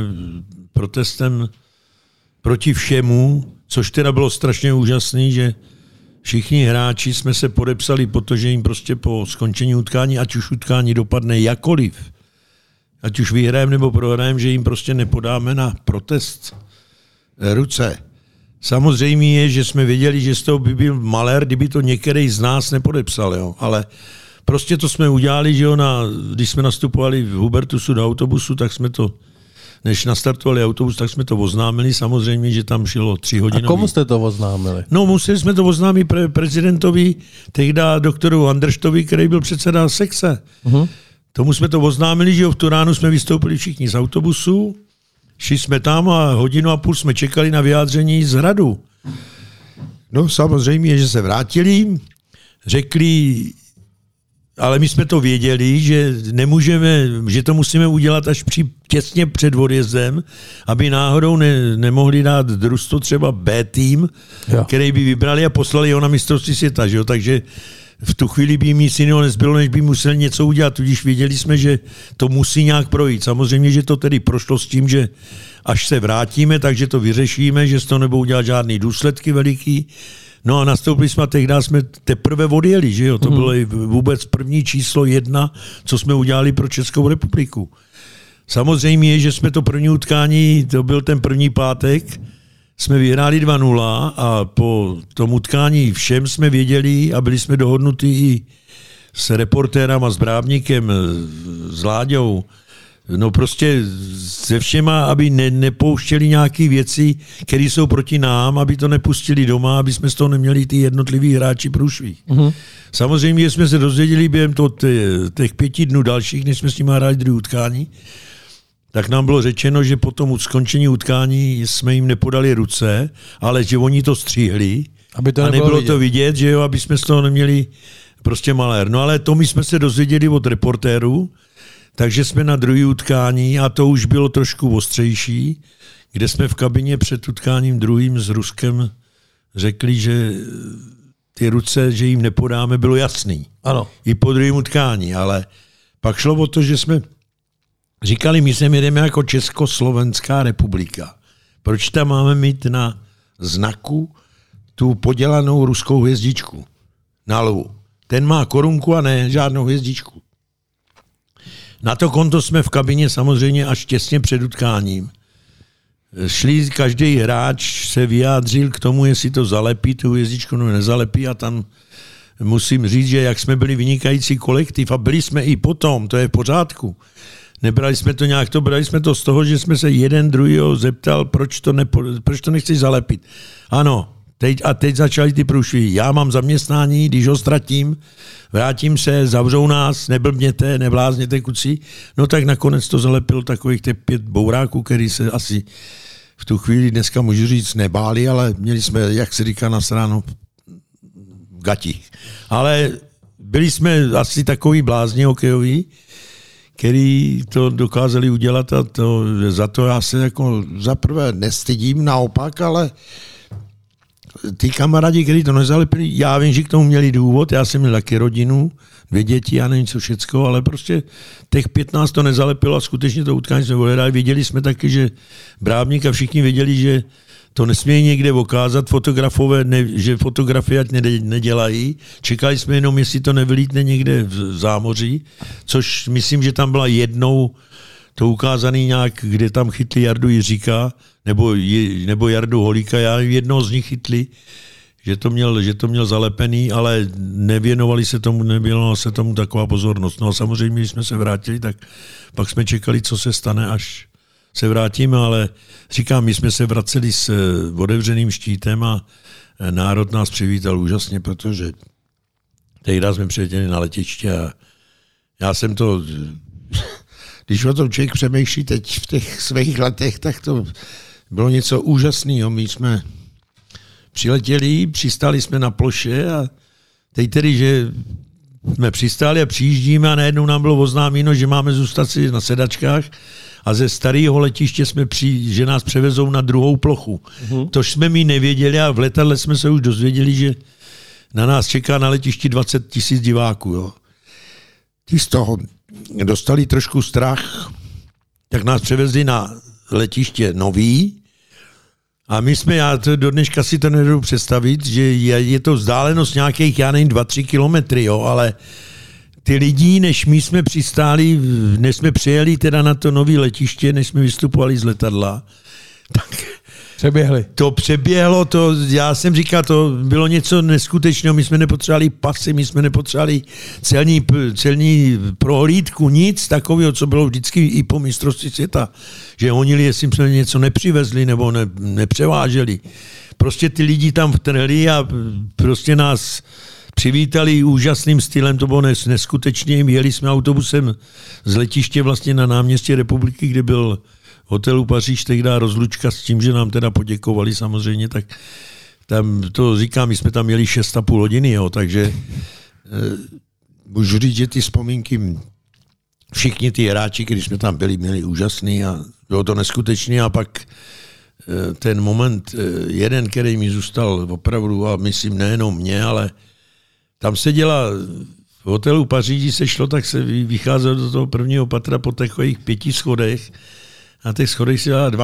protestem proti všemu, což teda bylo strašně úžasný, že všichni hráči jsme se podepsali, protože jim prostě po skončení utkání, ať už utkání dopadne jakoliv, ať už vyhrajeme nebo prohrajeme, že jim prostě nepodáme na protest ruce. Samozřejmě je, že jsme věděli, že z toho by byl malér, kdyby to některý z nás nepodepsal, jo. Ale prostě to jsme udělali, že jo, když jsme nastupovali v Hubertusu do autobusu, tak jsme to, než nastartovali autobus, tak jsme to oznámili, samozřejmě, že tam šlo 3 hodiny. A komu jste to oznámili? No, museli jsme to oznámit prezidentovi, tehdy doktoru Andrštovi, který byl předseda sekce. Tomu jsme to oznámili, že jo, v tu ránu jsme vystoupili všichni z autobusu, šli jsme tam a 1,5 hodiny jsme čekali na vyjádření z hradu. No samozřejmě, že se vrátili, řekli, ale my jsme to věděli, že nemůžeme, že to musíme udělat až těsně před odjezdem, aby náhodou nemohli dát družstvo třeba B tým, který by vybrali a poslali ho na mistrovství světa. Že jo? Takže v tu chvíli by jim nic jiného nezbylo, než by museli něco udělat. Tudíž věděli jsme, že to musí nějak projít. Samozřejmě, že to tedy prošlo s tím, že až se vrátíme, takže to vyřešíme, že z toho nebudou dělat žádný důsledky veliký. No a nastoupili jsme a tehdy jsme teprve odjeli, že jo? To bylo vůbec první číslo 1, co jsme udělali pro Českou republiku. Samozřejmě je, že jsme to první utkání, to byl ten první pátek, jsme vyhráli 2-0 a po tom utkání všem jsme věděli a byli jsme dohodnutí i s reportérem a s Brábníkem, s Láďou, no prostě se všema, aby nepouštěli nějaké věci, které jsou proti nám, aby to nepustili doma, aby jsme z toho neměli ty jednotliví hráči průšvih. Samozřejmě jsme se dozvěděli během těch 5 dnů dalších, než jsme s nimi hráli druhé utkání, tak nám bylo řečeno, že po tom skončení utkání jsme jim nepodali ruce, ale že oni to stříhli aby to a nebylo vidět. to vidět, že jo, aby jsme z toho neměli prostě malér. No ale to my jsme se dozvěděli od reportérů, takže jsme na druhé utkání, a to už bylo trošku ostřejší, kde jsme v kabině před utkáním druhým s Ruskem řekli, že ty ruce, že jim nepodáme, bylo jasný. Ano. I po druhém utkání, ale pak šlo o to, že jsme říkali, my sem jedeme jako Československá republika. Proč tam máme mít na znaku tu podělanou ruskou hvězdičku na lvu? Ten má korunku a ne žádnou hvězdičku. Na to konto jsme v kabině samozřejmě až těsně před utkáním. Šli, každý hráč se vyjádřil k tomu, jestli to zalepí, tu hvězdičku nebo nezalepí, a tam musím říct, že jak jsme byli vynikající kolektiv a byli jsme i potom, to je v pořádku. Nebrali jsme to nějak, brali jsme to z toho, že jsme se jeden druhýho zeptal, proč to nechceš zalepit. Ano, teď začaly ty průšvihy. Já mám zaměstnání, když ho ztratím, vrátím se, zavřou nás, neblbněte, neblázněte kuci. No tak nakonec to zalepilo takových těch 5 bouráků, který se asi v tu chvíli dneska můžu říct nebáli, ale měli jsme, jak se říká na stranu, gatích. Ale byli jsme asi takový blázni hokejoví, který to dokázali udělat, a za to já se jako zaprvé nestydím, naopak, ale ty kamarádi, kteří to nezalepili, já vím, že k tomu měli důvod, já jsem měl taky rodinu, 2 děti, já nevím co všecko, ale prostě těch 15 to nezalepilo a skutečně to utkání jsme odehráli. Viděli jsme taky, že Brábník a všichni věděli, že to nesmějí někde ukázat, že fotografie nedělají. Čekali jsme jenom, jestli to nevylítne někde v zámoří, což myslím, že tam byla jednou to ukázaný nějak, kde tam chytli Jardu Jiříka, nebo Jardu Holíka, já jednoho z nich chytli, že to měl zalepený, ale nevěnovala se tomu taková pozornost. No a samozřejmě, když jsme se vrátili, tak pak jsme čekali, co se stane, až se vrátíme, ale říkám, my jsme se vraceli s otevřeným štítem a národ nás přivítal úžasně, protože tehdy jsme přiletěli na letiště a já jsem to, když o tom člověk přemýšlí teď v těch svých letech, tak to bylo něco úžasného. My jsme přiletěli, přistáli jsme na ploše a teď tedy, že jsme přistáli a přijíždíme a najednou nám bylo oznámeno, že máme zůstat si na sedačkách a ze starého letiště že nás převezou na druhou plochu. To jsme my nevěděli a v letadle jsme se už dozvěděli, že na nás čeká na letišti 20 000 diváků. Jo. Ti z toho dostali trošku strach, tak nás převezli na letiště nový A my jsme, já to do dneška si to nedovedu představit, že je to vzdálenost nějakých, já nevím, 2-3 kilometry, jo, ale ty lidi, než my jsme přistáli, než jsme přijeli teda na to nové letiště, než jsme vystupovali z letadla, tak to přeběhlo, já jsem říkal, to bylo něco neskutečného, my jsme nepotřebovali pasy, my jsme nepotřebovali celní prohlídku, nic takového, co bylo vždycky i po mistrovství světa, že honili, jestli jsme něco nepřivezli nebo nepřeváželi. Prostě ty lidi tam vtrhli a prostě nás přivítali úžasným stylem, to bylo neskutečně, jeli jsme autobusem z letiště vlastně na náměstí Republiky, kde byl hotelu Paříž, tehdy rozlučka s tím, že nám teda poděkovali samozřejmě, tak tam to říkám, my jsme tam měli 6,5 hodiny, jo, takže můžu říct, že ty vzpomínky, všichni ty hráči, když jsme tam byli, měli úžasný a bylo to neskutečný a pak ten moment, jeden, který mi zůstal opravdu, a myslím nejenom mě, ale tam se dělá v hotelu Paříži se šlo, tak se vycházelo do toho prvního patra po takových 5 schodech. Na těch schodech se dělala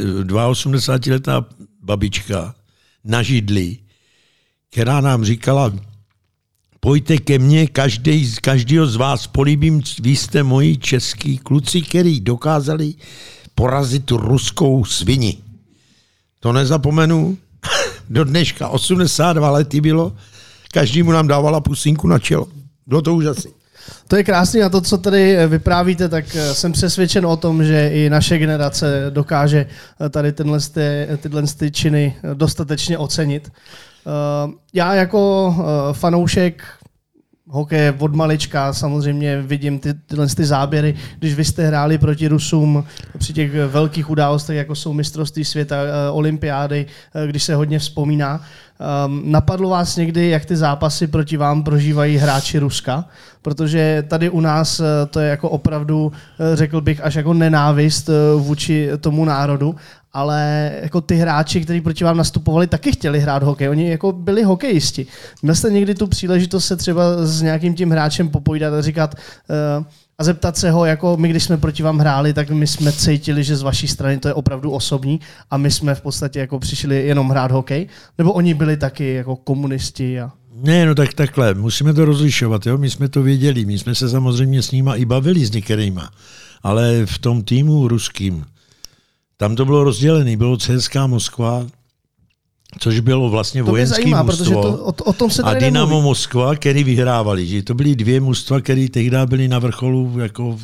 82letá babička na židli, která nám říkala, pojďte ke mně, každýho z vás políbím, vy jste moji český kluci, který dokázali porazit tu ruskou svini. To nezapomenu, do dneška 82 lety bylo, každému nám dávala pusinku na čelo. Bylo to úžasné. To je krásný a to, co tady vyprávíte, tak jsem přesvědčen o tom, že i naše generace dokáže tady tyhle činy dostatečně ocenit. Já jako fanoušek hokeje od malička samozřejmě vidím tyhle záběry, když vy jste hráli proti Rusům při těch velkých událostech, jako jsou mistrovství světa, olympiády, když se hodně vzpomíná. Napadlo vás někdy, jak ty zápasy proti vám prožívají hráči Ruska? Protože tady u nás to je jako opravdu, řekl bych, až jako nenávist vůči tomu národu, ale jako ty hráči, kteří proti vám nastupovali, taky chtěli hrát hokej. Oni jako byli hokejisti. Měl jste někdy tu příležitost se třeba s nějakým tím hráčem popovídat a říkat a zeptat se ho, jako my, když jsme proti vám hráli, tak my jsme cítili, že z vaší strany to je opravdu osobní a my jsme v podstatě jako přišli jenom hrát hokej? Nebo oni byli taky jako komunisti? Ne, no tak takhle, musíme to rozlišovat, jo? My jsme to věděli, my jsme se samozřejmě s nima i bavili s některýma, ale v tom týmu ruským, tam to bylo rozdělené, bylo CSKA Moskva, což bylo vlastně vojenský mužstvo, o tom se a Dynamo Moskva, který vyhrávali. Že to byly 2 mužstva, které tehdy byly na vrcholu jako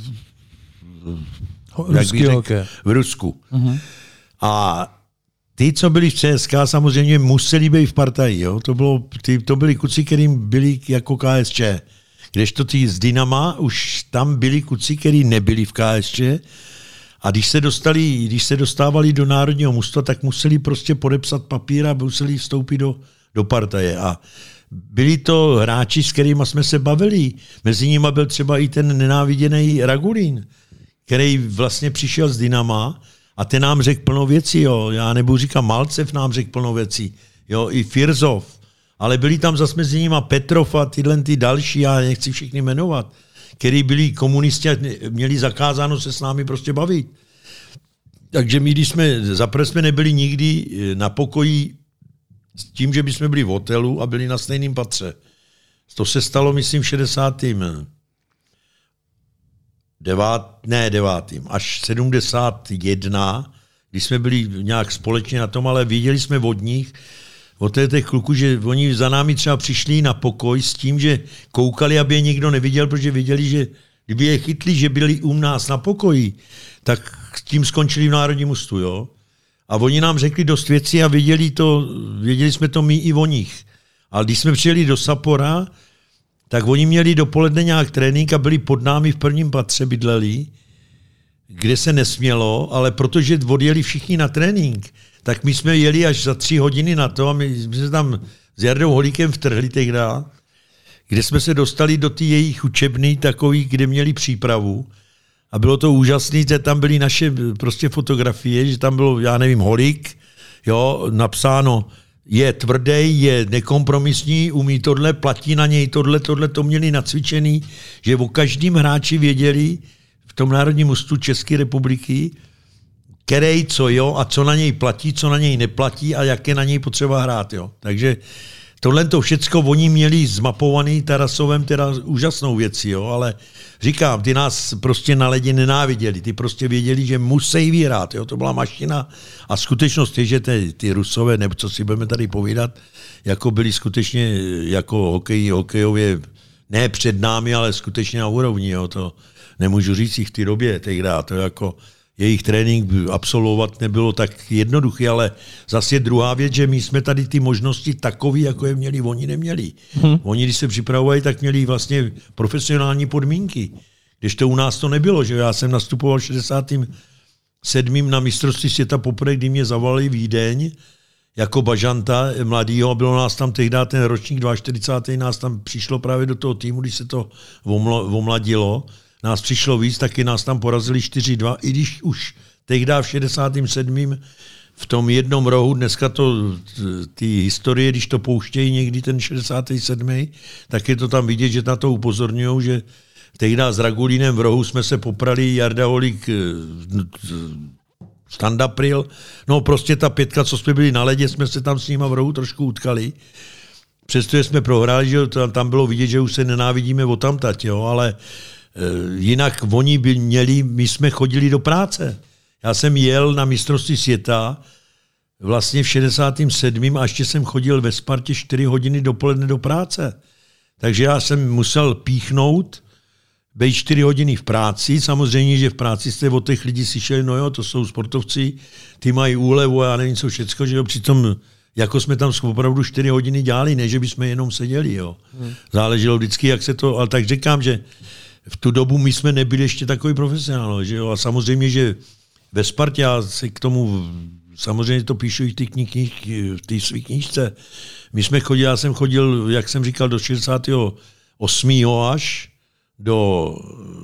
v Rusku. Uh-huh. A ty, co byli v CSKA, samozřejmě museli být v partaji. Jo? To byli kluci, kterým byli jako KSČ. Kdežto ty z Dynama, už tam byli kluci, kteří nebyli v KSČ. A když se dostávali do národního mužstva, tak museli prostě podepsat papír a museli vstoupit do partaje. A byli to hráči, s kterými jsme se bavili. Mezi nimi byl třeba i ten nenáviděný Ragulín, který vlastně přišel z Dynama a ten nám řekl plno věcí. Jo. Já nebudu říkat, Malcev nám řekl plno věcí. Jo, i Firzov. Ale byli tam zase mezi nimi Petrov a tyhle ty další, já nechci všichni jmenovat, který byli komunisti a měli zakázáno se s námi prostě bavit. Takže my, když jsme nebyli nikdy na pokoji s tím, že bychom byli v hotelu a byli na stejném patře. To se stalo, myslím, v 69. až 71, když jsme byli nějak společně na tom, ale věděli jsme od nich, od těch kluků, že oni za námi třeba přišli na pokoj s tím, že koukali, aby je nikdo neviděl, protože věděli, že kdyby je chytli, že byli u nás na pokoji, tak tím skončili v národním mužstvu, jo. A oni nám řekli dost věcí a věděli jsme to my i o nich. Ale když jsme přijeli do Sapora, tak oni měli dopoledne nějak trénink a byli pod námi v prvním patře, bydleli, kde se nesmělo, ale protože odjeli všichni na trénink, tak my jsme jeli až za 3 hodiny na to a my jsme tam s Jardou Holíkem vtrhli tehda, kde jsme se dostali do té jejich učebny takový, kde měli přípravu a bylo to úžasné, že tam byly naše prostě fotografie, že tam bylo, já nevím, Holík, jo, napsáno, je tvrdý, je nekompromisní, umí tohle, platí na něj tohle, to měli nacvičený, že o každém hráči věděli v tom národním mužstvu České republiky, kerej, co jo, a co na něj platí, co na něj neplatí a jak je na něj potřeba hrát. Jo. Takže tohle to všecko oni měli zmapovaný Tarasovem, teda úžasnou věcí, jo, ale říkám, ty nás prostě na ledě nenáviděli, ty prostě věděli, že musí vyhrát, jo, to byla mašina a skutečnost je, že ty Rusové, nebo co si budeme tady povídat, jako byli skutečně jako hokejově ne před námi, ale skutečně na úrovni, jo, to nemůžu říct jich v té době, tehdy, to jako jejich trénink absolvovat nebylo tak jednoduchý, ale zase je druhá věc, že my jsme tady ty možnosti takový, jako je měli, oni neměli. Oni, když se připravovali, tak měli vlastně profesionální podmínky. Když to u nás to nebylo, že já jsem nastupoval 67. na mistrovství světa poprvé, kdy mě zavolali Vídeň jako bažanta mladýho a bylo nás tam tehdy ten ročník 42. nás tam přišlo právě do toho týmu, když se to omladilo. Nás přišlo víc, taky nás tam porazili 4-2, i když už tehdy v 67. v tom jednom rohu, dneska to ty historie, když to pouštějí někdy ten 67. tak je to tam vidět, že na to upozorňují, že tehdy s Ragulínem v rohu jsme se poprali, Jarda Holík, Standapril, no prostě ta pětka, co jsme byli na ledě, jsme se tam s nima v rohu trošku utkali. Přestože jsme prohráli, že tam bylo vidět, že už se nenávidíme odtamtať, jo, ale jinak oni by měli, my jsme chodili do práce. Já jsem jel na mistrovství světa vlastně v 67. a ještě jsem chodil ve Spartě 4 hodiny dopoledne do práce. Takže já jsem musel píchnout, být 4 hodiny v práci. Samozřejmě, že v práci jste od těch lidí slyšeli, no jo, to jsou sportovci, ty mají úlevu a já nevím co všecko, že jo, přitom jako jsme tam opravdu 4 hodiny dělali, ne, že bychom jenom seděli, jo. Záleželo vždycky, jak se to, ale tak říkám, že v tu dobu my jsme nebyli ještě takový profesionál, že jo, a samozřejmě, že ve Spartě, já se k tomu, samozřejmě to píšu i v té své knížce, my jsme chodili, já jsem chodil, jak jsem říkal, do 68. až do,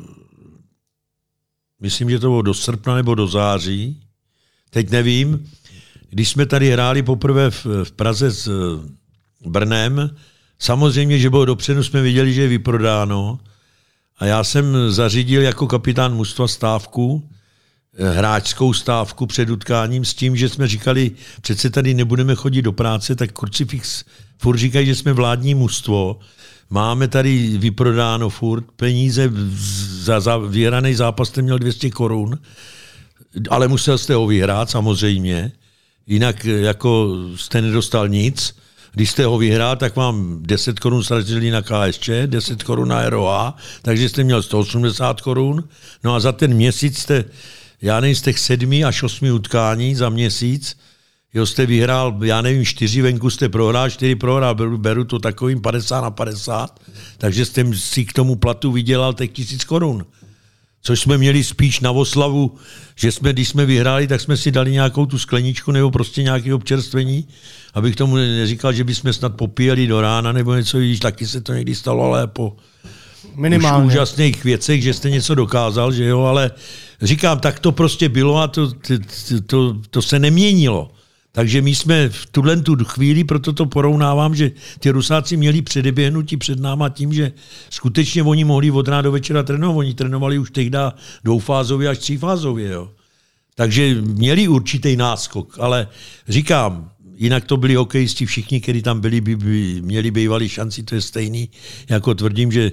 myslím, že to bylo do srpna nebo do září, teď nevím, když jsme tady hráli poprvé v Praze s Brnem, samozřejmě, že bylo dopředu, jsme viděli, že je vyprodáno a já jsem zařídil jako kapitán mužstva stávku, hráčskou stávku před utkáním s tím, že jsme říkali, přece tady nebudeme chodit do práce, tak Krucifix furt říkají, že jsme vládní mužstvo, máme tady vyprodáno furt, peníze za vyhraný zápas jste měl 200 korun, ale musel jste ho vyhrát samozřejmě, jinak jako jste nedostal nic. Když jste ho vyhrál, tak vám 10 korun srazili na KSČ, 10 korun na ROA, takže jste měl 180 korun. No a za ten měsíc jste, já nevím, z těch 7 až 8 utkání za měsíc, jo, jste vyhrál, já nevím, 4 venku jste prohrál, 4 prohrál, beru to takovým 50/50, takže jste si k tomu platu vydělal těch 1000 korun. Což jsme měli spíš na oslavu, že jsme, když jsme vyhráli, tak jsme si dali nějakou tu skleničku nebo prostě nějaké občerstvení, abych tomu neříkal, že bychom snad popíjeli do rána nebo něco, když taky se to někdy stalo, ale po úžasných věcech, že jste něco dokázal, že jo, ale říkám, tak to prostě bylo a to se neměnilo. Takže my jsme v tu chvíli, proto to porovnávám, že ty Rusáci měli předeběhnutí před náma tím, že skutečně oni mohli od rána do večera trénovat. Oni trénovali už tehdy dvoufázově až 3fázově. Jo. Takže měli určitý náskok, ale říkám, jinak to byli hokejisti všichni, kteří tam byli, měli bývali šanci, to je stejný. Jako tvrdím, že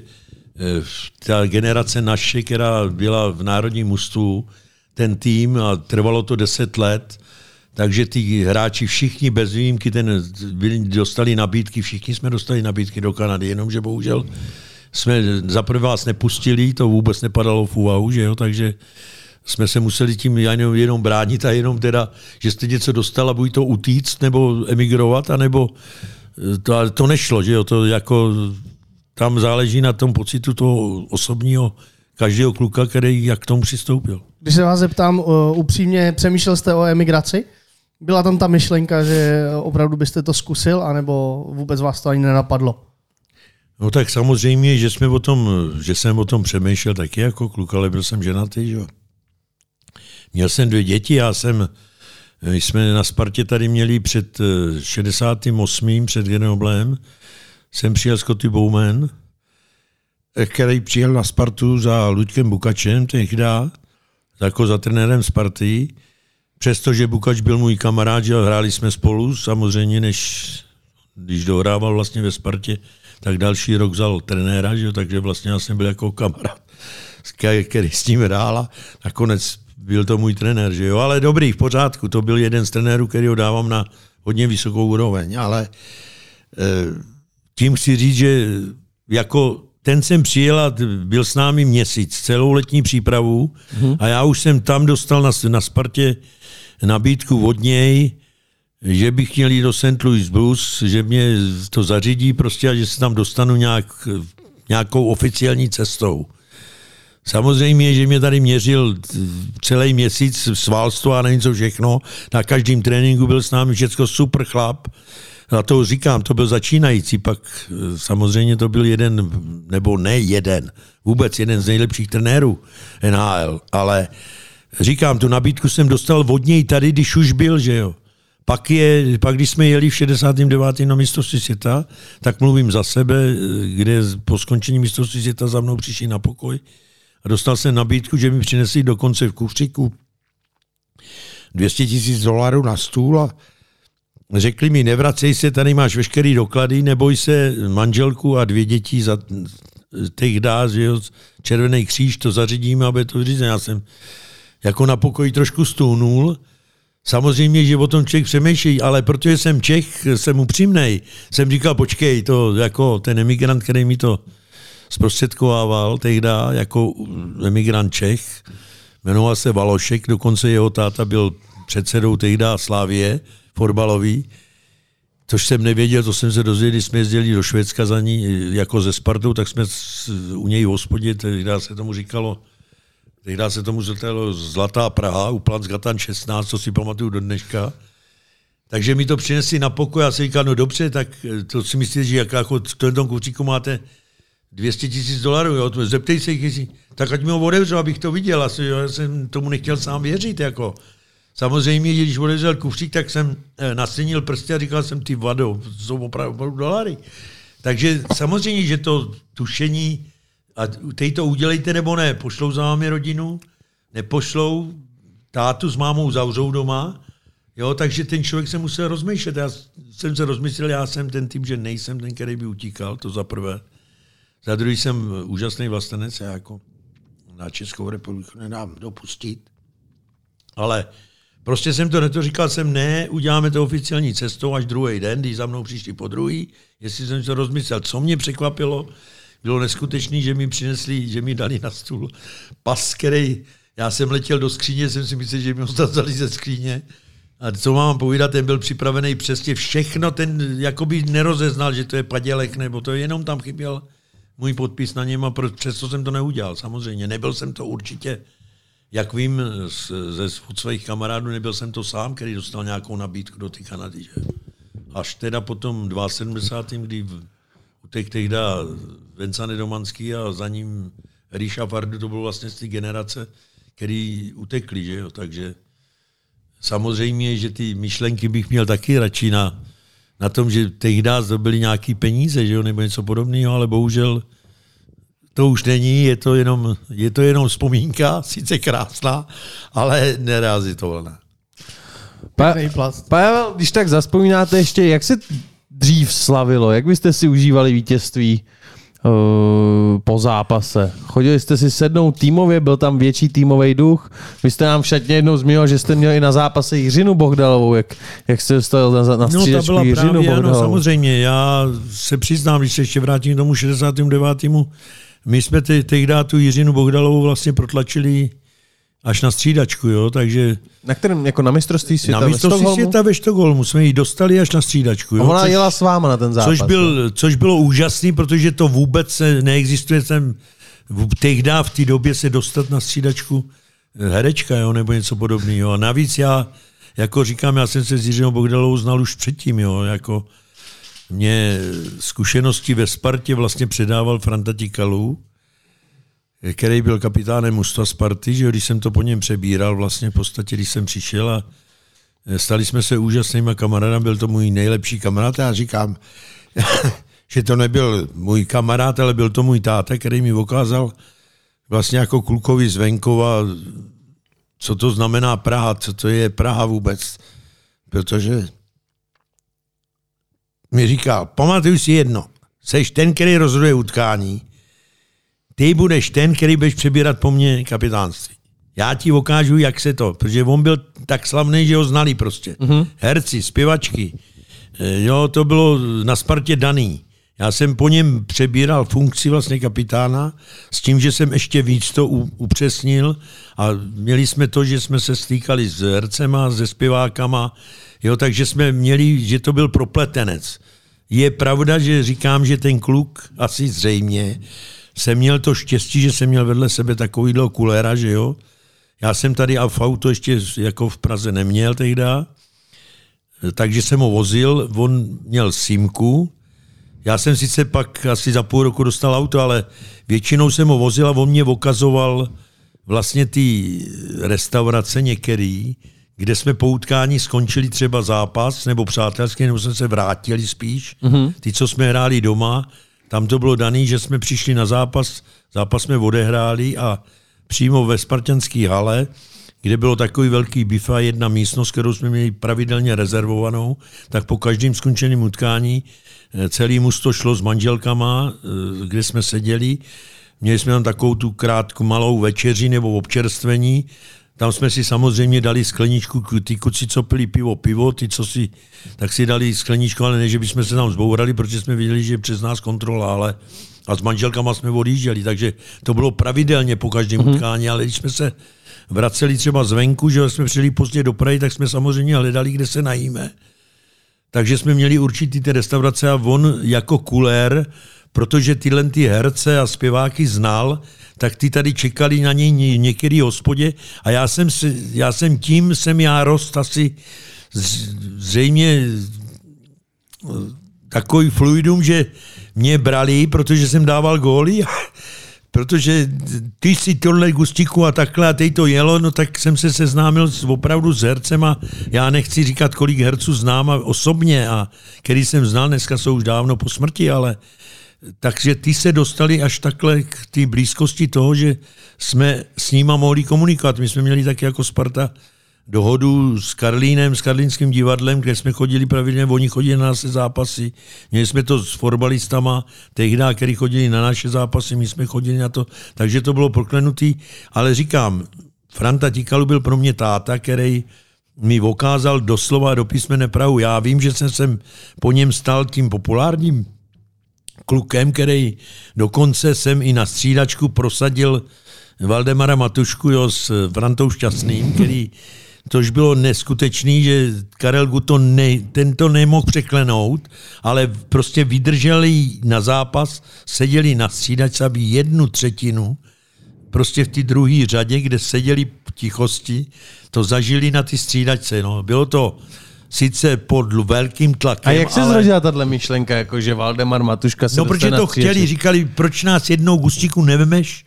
ta generace naše, která byla v národním mužstvu, ten tým, a trvalo to 10 let, takže ty hráči všichni bez výjimky dostali nabídky, všichni jsme dostali nabídky do Kanady, jenomže bohužel jsme zaprvé vás nepustili, to vůbec nepadalo v úvahu, že jo, takže jsme se museli tím jenom bránit a jenom teda, že jste něco dostala, buď to utíct, nebo emigrovat, anebo to nešlo, že jo, to jako tam záleží na tom pocitu toho osobního každého kluka, který jak k tomu přistoupil. Když se vás zeptám upřímně, přemýšlel jste o emigraci? Byla tam ta myšlenka, že opravdu byste to zkusil, anebo vůbec vás to ani nenapadlo? No tak samozřejmě, že jsem o tom přemýšlel taky jako kluk, ale byl jsem ženatý, že jo. Měl jsem 2 děti, my jsme na Spartě tady měli před 68. před Grenoblem, jsem přijel Scotty Bowman, který přijel na Spartu za Luďkem Bukačem tehdy, jako za trenérem Sparty. přestože Bukač byl můj kamarád, že hráli jsme spolu, samozřejmě, když dohrával vlastně ve Spartě, tak další rok vzal trenéra, že? Takže vlastně já jsem byl jako kamarád, který s ním hrál a nakonec byl to můj trenér, že jo, ale dobrý, v pořádku, to byl jeden z trenérů, kterýho dávám na hodně vysokou úroveň, ale tím chci říct, že jako ten jsem přijel a byl s námi měsíc, celou letní přípravu a já už jsem tam dostal na Spartě nabídku od něj, že bych měl jít do St. Louis Blues, že mě to zařídí prostě a že se tam dostanu nějakou oficiální cestou. Samozřejmě, že mě tady měřil celý měsíc svalstvo a nevím co všechno. Na každém tréninku byl s námi všechno super chlap. A to říkám, to byl začínající, pak samozřejmě to byl jeden, nebo ne jeden, vůbec jeden z nejlepších trenérů NHL. Ale říkám, tu nabídku jsem dostal od něj tady, když už byl, že jo. Pak když jsme jeli v 69. na mistrovství světa, tak mluvím za sebe, kde po skončení mistrovství světa za mnou přišli na pokoj a dostal jsem nabídku, že mi přinesli dokonce v kufříku $200,000 na stůl a řekli mi, nevracej se, tady máš veškerý doklady, neboj se, manželku a 2 děti za těch dá, že jo, Červený kříž, to zařídíme, aby to vyřízeno. Já jsem jako na pokoji trošku stůnul. Samozřejmě, že o tom člověk přemýšlí, ale protože jsem Čech, jsem upřímnej, jsem říkal, počkej, to jako ten emigrant, který mi to zprostředkovával tehda jako emigrant Čech, jmenoval se Valošek, dokonce jeho táta byl předsedou tehda Slavie fotbalový, což jsem nevěděl, to jsem se dozvěděl, když jsme jezdili do Švédska za ní, jako ze Spartou, tak jsme u něj v hospodě, tehda se tomu říkalo Zlatá Praha, u Plansgatan 16, co si pamatuju do dneška. Takže mi to přinesli na pokoj a já si říkal, no dobře, tak to si myslíte, že jako v tom kufříku máte $200,000, jo? Zeptej se jich, tak ať mi ho otevřu, abych to viděl. Já jsem tomu nechtěl sám věřit. Jako. Samozřejmě, když otevřel kufřík, tak jsem nastěnil prsty a říkal jsem, ty vado, to jsou opravdu dolary. Takže samozřejmě, že to tušení, a teď to udělejte nebo ne, pošlou za vámi rodinu, nepošlou, tátu s mámou zavřou doma, jo, takže ten člověk se musel rozmýšlet. Já jsem se rozmyslel, já jsem ten typ, že nejsem ten, který by utíkal, to za prvé. Za druhý jsem úžasný vlastenec, já jako na Českou republiku nedám dopustit. Ale prostě jsem to říkal jsem, ne, uděláme to oficiální cestou až druhý den, když za mnou přišli po druhý, jestli jsem to rozmyslel. Co mě překvapilo, bylo neskutečný, že mi přinesli, že mi dali na stůl pas, který já jsem letěl do skříně, jsem si myslel, že mi ho vzali ze skříně. A co mám povídat, ten byl připravený přesně všechno, ten jakoby nerozeznal, že to je padělek, nebo to jenom tam chyběl můj podpis na něm a přesto jsem to neudělal. Samozřejmě, nebyl jsem to určitě, jak vím ze svých kamarádů, nebyl jsem to sám, který dostal nějakou nabídku do té Kanady. Že? Až teda potom 72. kdy utek tehda Vincent Domanský a za ním Ríša Fardu, to bylo vlastně z té generace, který utekli, že jo, takže samozřejmě, že ty myšlenky bych měl taky radši na tom, že tehda byly nějaký peníze, že jo, nebo něco podobného, ale bohužel to už není, je to jenom vzpomínka, sice krásná, ale nerealizovatelná. Pavel, když tak zazpomínáte ještě, jak se dřív slavilo, jak byste si užívali vítězství po zápase? Chodili jste si sednout týmově, byl tam větší týmový duch. Vy jste nám v šatně jednou zmínil, že jste měli na zápase Jiřinu Bohdalovou. Jak jste stojil na střídačku Jiřinu Bohdalovou? No samozřejmě, já se přiznám, když se ještě vrátím k tomu 69. My jsme tehdy tu Jiřinu Bohdalovou vlastně protlačili až na střídačku, jo, takže... Na kterém, jako na mistrovství světa ve Štokholmu? Na mistrovství světa ve Štokholmu jsme ji dostali až na střídačku. Jo, ona jela s váma na ten zápas. Což bylo úžasný, protože to vůbec neexistuje. Tehdy v té době se dostat na střídačku herečka, jo, nebo něco podobného. A navíc já, jako říkám, já jsem se s Jiřinou Bohdalovou znal už předtím, jo, jako mě zkušenosti ve Spartě vlastně předával Franta Tikalů, který byl kapitánem mužstva Sparty, že když jsem to po něm přebíral, vlastně v podstatě, když jsem přišel a stali jsme se úžasnýma kamarádem, byl to můj nejlepší kamarád. Já říkám, že to nebyl můj kamarád, ale byl to můj táta, který mi ukázal vlastně jako klukovi z venkova, co to znamená Praha, co to je Praha vůbec. Protože mi říkal, pamatuj si jedno, seš ten, který rozhoduje utkání, ty budeš ten, který budeš přebírat po mně kapitánství. Já ti ukážu, jak se to, protože on byl tak slavný, že ho znali prostě. Herci, zpěvačky, jo, to bylo na Spartě daný. Já jsem po něm přebíral funkci vlastně kapitána s tím, že jsem ještě víc to upřesnil a měli jsme to, že jsme se stýkali s hercema, se zpěvákama, jo, takže jsme měli, že to byl propletenec. Je pravda, že říkám, že ten kluk asi zřejmě jsem měl to štěstí, že jsem měl vedle sebe takovýhle kuléra, že jo. Já jsem tady v auto ještě jako v Praze neměl tehda, takže jsem ho vozil, on měl simku. Já jsem sice pak asi za půl roku dostal auto, ale většinou jsem ho vozil a on mě ukazoval vlastně ty restaurace některý, kde jsme po utkání skončili třeba zápas, nebo přátelský, nebo jsme se vrátili spíš. Ty, co jsme hráli doma, tam to bylo daný, že jsme přišli na zápas jsme odehráli a přímo ve spartanské hale, kde bylo takový velký bife, jedna místnost, kterou jsme měli pravidelně rezervovanou, tak po každém skončeném utkání celý mužstvo šlo s manželkama, kde jsme seděli. Měli jsme tam takovou tu krátkou malou večeři nebo občerstvení. Tam jsme si samozřejmě dali skleničku, ty kuci, co pili pivo, ty, co si, tak si dali skleničku, ale ne, že bychom se tam zbourali, protože jsme viděli, že je přes nás kontrola, ale a s manželkama jsme odjížděli, takže to bylo pravidelně po každém utkání, ale když jsme se vraceli třeba zvenku, že jsme přijeli pozdě do Prahy, tak jsme samozřejmě hledali, kde se najíme. Takže jsme měli určitý ty restaurace a on jako kulér, protože tyhle ty herce a zpěváky znal, tak ty tady čekali na něj některý hospodě a já jsem rost asi zřejmě takový fluidum, že mě brali, protože jsem dával góly, protože ty si tohle Gustiku a takhle a teď to jelo, no tak jsem se seznámil opravdu s hercem a já nechci říkat, kolik herců znám osobně a který jsem znal, dneska jsou už dávno po smrti, ale takže ty se dostali až takhle k té blízkosti toho, že jsme s nima mohli komunikovat. My jsme měli taky jako Sparta dohodu s Karlínem, s Karlínským divadlem, kde jsme chodili pravidelně, oni chodili na naše zápasy. Měli jsme to s fotbalistama, tehdy, který chodili na naše zápasy, my jsme chodili na to, takže to bylo proklenutý. Ale říkám, Franta Tikalu byl pro mě táta, který mi okázal doslova a do písmene Prahu. Já vím, že jsem po něm stal tím populárním klukem, který dokonce jsem i na střídačku prosadil Valdemara Matušku, jo, s Frantou Šťastným, který tož bylo neskutečný, že Karel Guto ten to nemohl překlenout, ale prostě vydrželi na zápas, seděli na střídačce, aby 1/3 prostě v té druhé řadě, kde seděli v tichosti, to zažili na ty střídačce. No. Bylo to sice pod velkým tlakem. A jak se zrodila tato myšlenka, jako že Valdemar Matuška se no, protože to chtěli, říkali, proč nás jednou Gustíku nevemeš?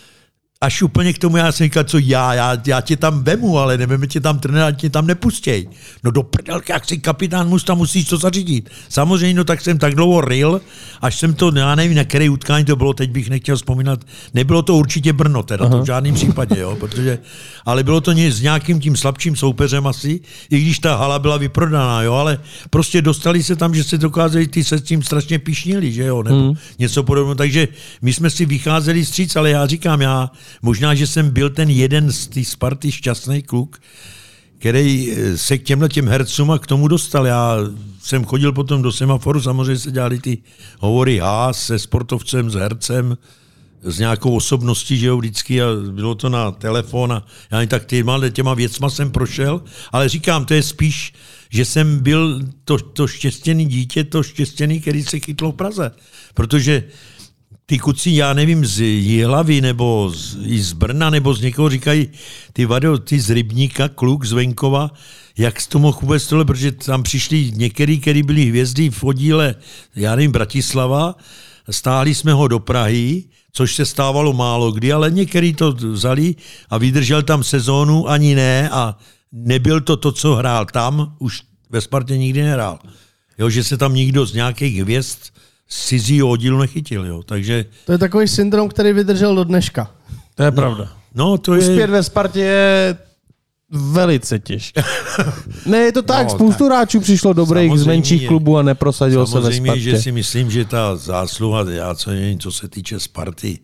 Až úplně k tomu já jsem říkal, co já tě tam vemu, ale nevíme tě tam trenér, tě tam nepustěj. No do prdelky, jak si kapitán musíš to zařídit. Samozřejmě, no tak jsem tak dlouho ryl, až jsem to, já nevím, na který utkání to bylo, teď bych nechtěl vzpomínat, nebylo to určitě Brno teda, to v žádném případě, jo, protože, ale bylo to s nějakým tím slabším soupeřem asi, i když ta hala byla vyprodaná, jo, ale prostě dostali se tam, že se dokázali, ty se s tím strašně pišnili, že jo, nebo něco podobného, takže my jsme si vycházeli vstříc, ale já říkám, možná, že jsem byl ten jeden z té Sparty šťastný kluk, který se k těm hercům a k tomu dostal. Já jsem chodil potom do Semaforu, samozřejmě se dělali ty hovory se sportovcem, s hercem, s nějakou osobností, že jo, vždycky a bylo to na telefon a já ani tak těma věcma jsem prošel, ale říkám, to je spíš, že jsem byl to štěstěný dítě, to štěstěný, který se chytlo v Praze, protože ty kuci, já nevím, z Jihlavy nebo i z Brna nebo z někoho říkají, ty z Rybníka, kluk z venkova, jak z toho mohl vůbec tohle, protože tam přišli některý, který byli hvězdy v oddíle, já nevím, Bratislava, stáhli jsme ho do Prahy, což se stávalo málo kdy, ale některý to vzali a vydržel tam sezónu, ani ne a nebyl to, co hrál tam, už ve Spartě nikdy nehrál. Jo, že se tam nikdo z nějakých hvězd z cizího oddílu nechytil, jo. Takže to je takový syndrom, který vydržel do dneška. To je pravda. No, to Uspět ve Spartě je velice těžké. Ne, je to tak, No, spoustu hráčů přišlo dobrých z menších klubů a neprosadilo se ve Spartě. Samozřejmě, že si myslím, že ta zásluha, já co nevím, co se týče Sparty,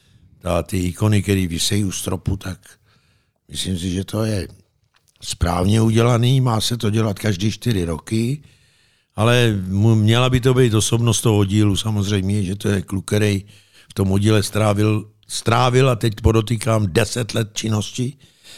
ty ikony, které visejí u stropu, tak myslím si, že to je správně udělaný, má se to dělat každý 4 roky, ale měla by to být osobnost toho oddílu, samozřejmě, že to je kluk, který v tom oddíle strávil a teď podotýkám 10 let činnosti,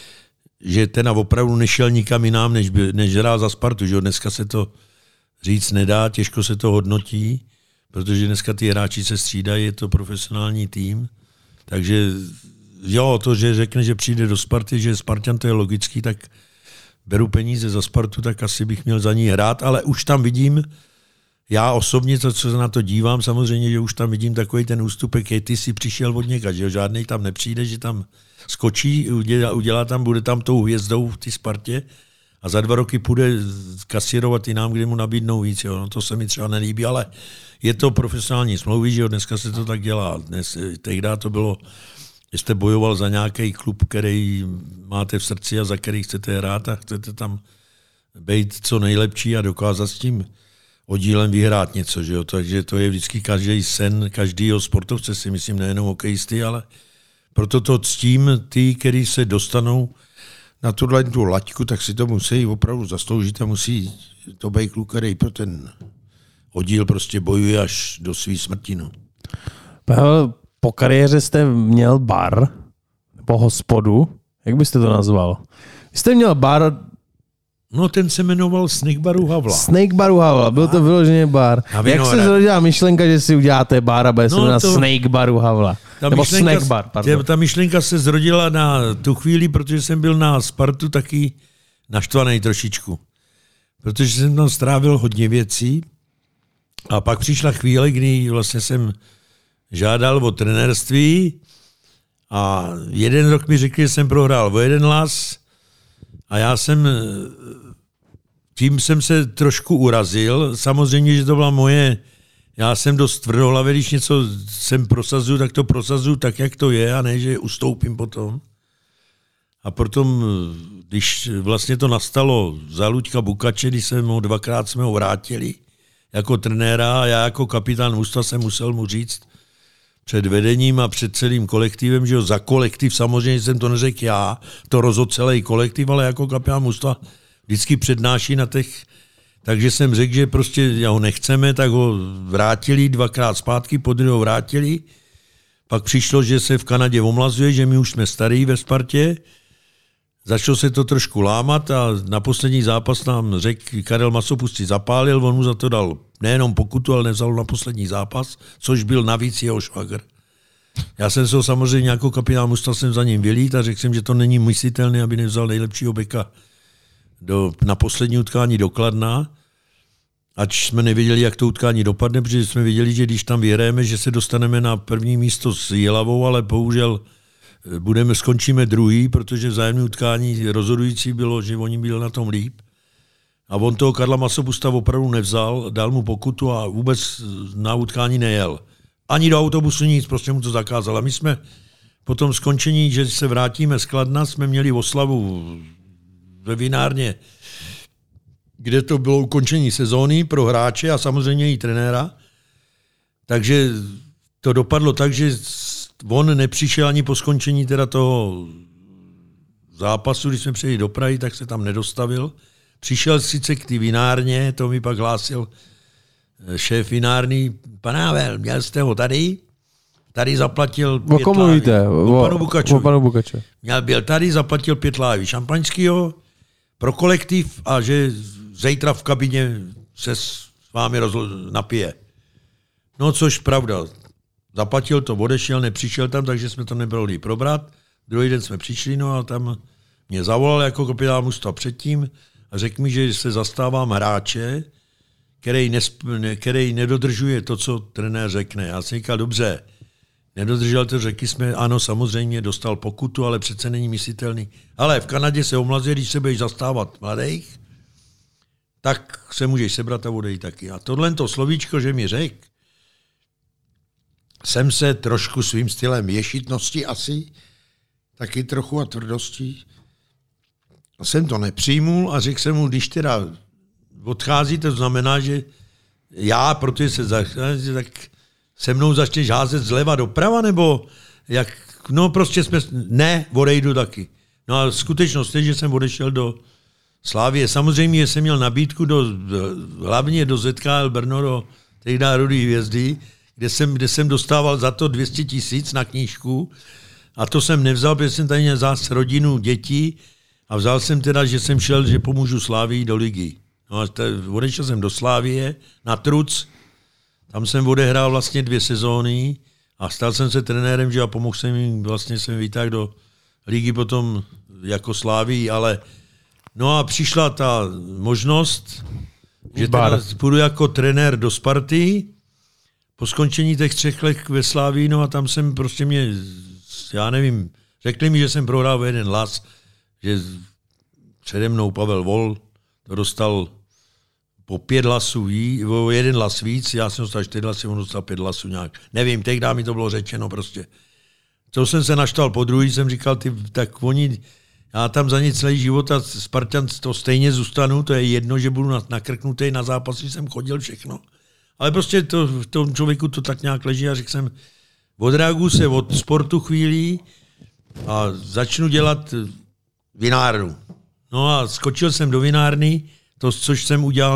že ten opravdu nešel nikam jinam, než hrál za Spartu. Že dneska se to říct nedá, těžko se to hodnotí, protože dneska ty hráči se střídají, je to profesionální tým. Takže jo, to, že řekne, že přijde do Sparty, že je Spartan, to je logický, tak beru peníze za Spartu, tak asi bych měl za ní hrát, ale už tam vidím, já osobně, to, co se na to dívám, samozřejmě, že už tam vidím takový ten ústupek, ty si přišel od někaď, že žádnej tam nepřijde, že tam skočí, udělá tam, bude tam tou hvězdou v té Spartě a za 2 roky půjde kasírovat i nám, kde mu nabídnou víc. Jo. No, to se mi třeba nelíbí, ale je to profesionální smlouvy, že jo, dneska se to tak dělá. Tehdy to bylo, že jste bojoval za nějaký klub, který máte v srdci a za který chcete hrát a chcete tam být co nejlepší a dokázat s tím oddílem vyhrát něco. Že jo. Takže to je vždycky každý sen každého sportovce, si myslím, nejenom hokejisty, ale proto to ctím ty, kteří se dostanou na tu laťku, tak si to musí opravdu zasloužit a musí to být kluk, který pro ten oddíl prostě bojuje až do svý smrti. No. Pavel, po kariéře jste měl bar, nebo hospodu, jak byste to nazval? Jste měl bar... No, ten se jmenoval Snake Baru Havla. Snake Baru Havla, byl to vyloženě bar. Jak se zrodila myšlenka, že si uděláte bar a bude se jmenovat Snake Baru Havla? Nebo Snack Bar, pardon. Ta myšlenka se zrodila na tu chvíli, protože jsem byl na Spartu taky naštvaný trošičku. Protože jsem tam strávil hodně věcí a pak přišla chvíle, kdy vlastně jsem žádal o trenérství a 1 rok mi řekli, že jsem prohrál o 1 hlas a já tím jsem se trošku urazil. Samozřejmě, že to byla moje, já jsem dost tvrdohlavý, když něco sem prosazuju, tak to prosazuju tak, jak to je a ne, že ustoupím potom. A potom, když vlastně to nastalo za Luďka Bukače, když jsme ho 2krát vrátili jako trenéra a já jako kapitán mužstva jsem musel mu říct před vedením a před celým kolektivem, že za kolektiv samozřejmě jsem to neřekl já, to rozhodl celý kolektiv, ale jako kapitán mužstva vždycky přednáší na těch. Takže jsem řekl, že prostě ho nechceme, tak ho vrátili 2krát zpátky, podruhé ho vrátili. Pak přišlo, že se v Kanadě omlazuje, že my už jsme starý ve Spartě. Začalo se to trošku lámat a na poslední zápas nám řekl, Karel Masopust zapálil, on mu za to dal nejenom pokutu, ale nevzal na poslední zápas, což byl navíc jeho švagr. Já jsem se ho samozřejmě jako kapitán mužstva jsem za ním vylít a řekl jsem, že to není myslitelné, aby nevzal nejlepšího beka na poslední utkání do Kladna, ač jsme nevěděli, jak to utkání dopadne, protože jsme věděli, že když tam vyhrajeme, že se dostaneme na první místo s Jilavou, ale bohužel skončíme druhý, protože vzájemné utkání rozhodující bylo, že oni byli na tom líp. A on toho Karla Masopusta opravdu nevzal, dal mu pokutu a vůbec na utkání nejel. Ani do autobusu nic, prostě mu to zakázal. A my jsme po tom skončení, že se vrátíme z Kladna, jsme měli oslavu ve vinárně, kde to bylo ukončení sezóny pro hráče a samozřejmě i trenéra. Takže to dopadlo tak, že on nepřišel ani po skončení teda toho zápasu, když jsme přijeli do Prahy, tak se tam nedostavil. Přišel sice k té vinárně, to mi pak hlásil šéf vinárny, panável, měl jste ho tady zaplatil 5 láhví. O panu Bukačovi. Byl tady, zaplatil 5 láhví šampaňského pro kolektiv a že zítra v kabině se s vámi napije. No což pravda. Zaplatil to, odešel, nepřišel tam, takže jsme to nebyli probrat. Druhý den jsme přišli, no a tam mě zavolal jako kapitán mužstva předtím a řekl mi, že se zastávám hráče, který nedodržuje to, co trenér řekne. Já jsem říkal, dobře, nedodržel to, řekli jsme, ano, samozřejmě, dostal pokutu, ale přece není myslitelný. Ale v Kanadě se omlazuje, když se budeš zastávat mladých, tak se můžeš sebrat a odejít taky. A tohle slovíčko, že mi řekl, jsem se trošku svým stylem ješitnosti asi, taky trochu a tvrdostí, jsem to nepřijmul a řekl jsem mu, když teda odchází, to znamená, že já, protože tak se mnou začneš házet zleva doprava, nebo jak, no prostě odejdu taky. No a skutečnost je, že jsem odešel do Slavie. Samozřejmě jsem měl nabídku hlavně do ZKL Brno, do tehdy Rudé hvězdy, kde jsem dostával za to 200 000 na knížku a to jsem nevzal, protože jsem tady měl zás rodinu, dětí a vzal jsem teda, že jsem šel, že pomůžu Slavii do ligy. No a odešel jsem do Slavie na Truc, tam jsem odehrál vlastně 2 sezóny a stal jsem se trenérem, že a pomohl jsem jim, vlastně jsem vytáhl do ligy potom jako Slavii, ale no a přišla ta možnost, že teda půjdu jako trenér do Sparty po skončení těch 3 let ve Slavii, no a tam jsem prostě já nevím, řekli mi, že jsem prohrál o 1 hlas, že přede mnou Pavel Vol to dostal po 5 hlasů, o 1 hlas víc, já jsem dostal 4 hlasy, on dostal 5 hlasů nějak. Nevím, tehdy mi to bylo řečeno prostě. To jsem se naštval po druhý, jsem říkal, tak oni, já tam za ně celý život a Spartan to stejně zůstanu, to je jedno, že budu nakrknutý na zápasy, jsem chodil všechno. Ale prostě v tom člověku to tak nějak leží a řekl jsem, odreaguju se od sportu chvíli a začnu dělat vinárnu. No a skočil jsem do vinárny, to, což jsem udělal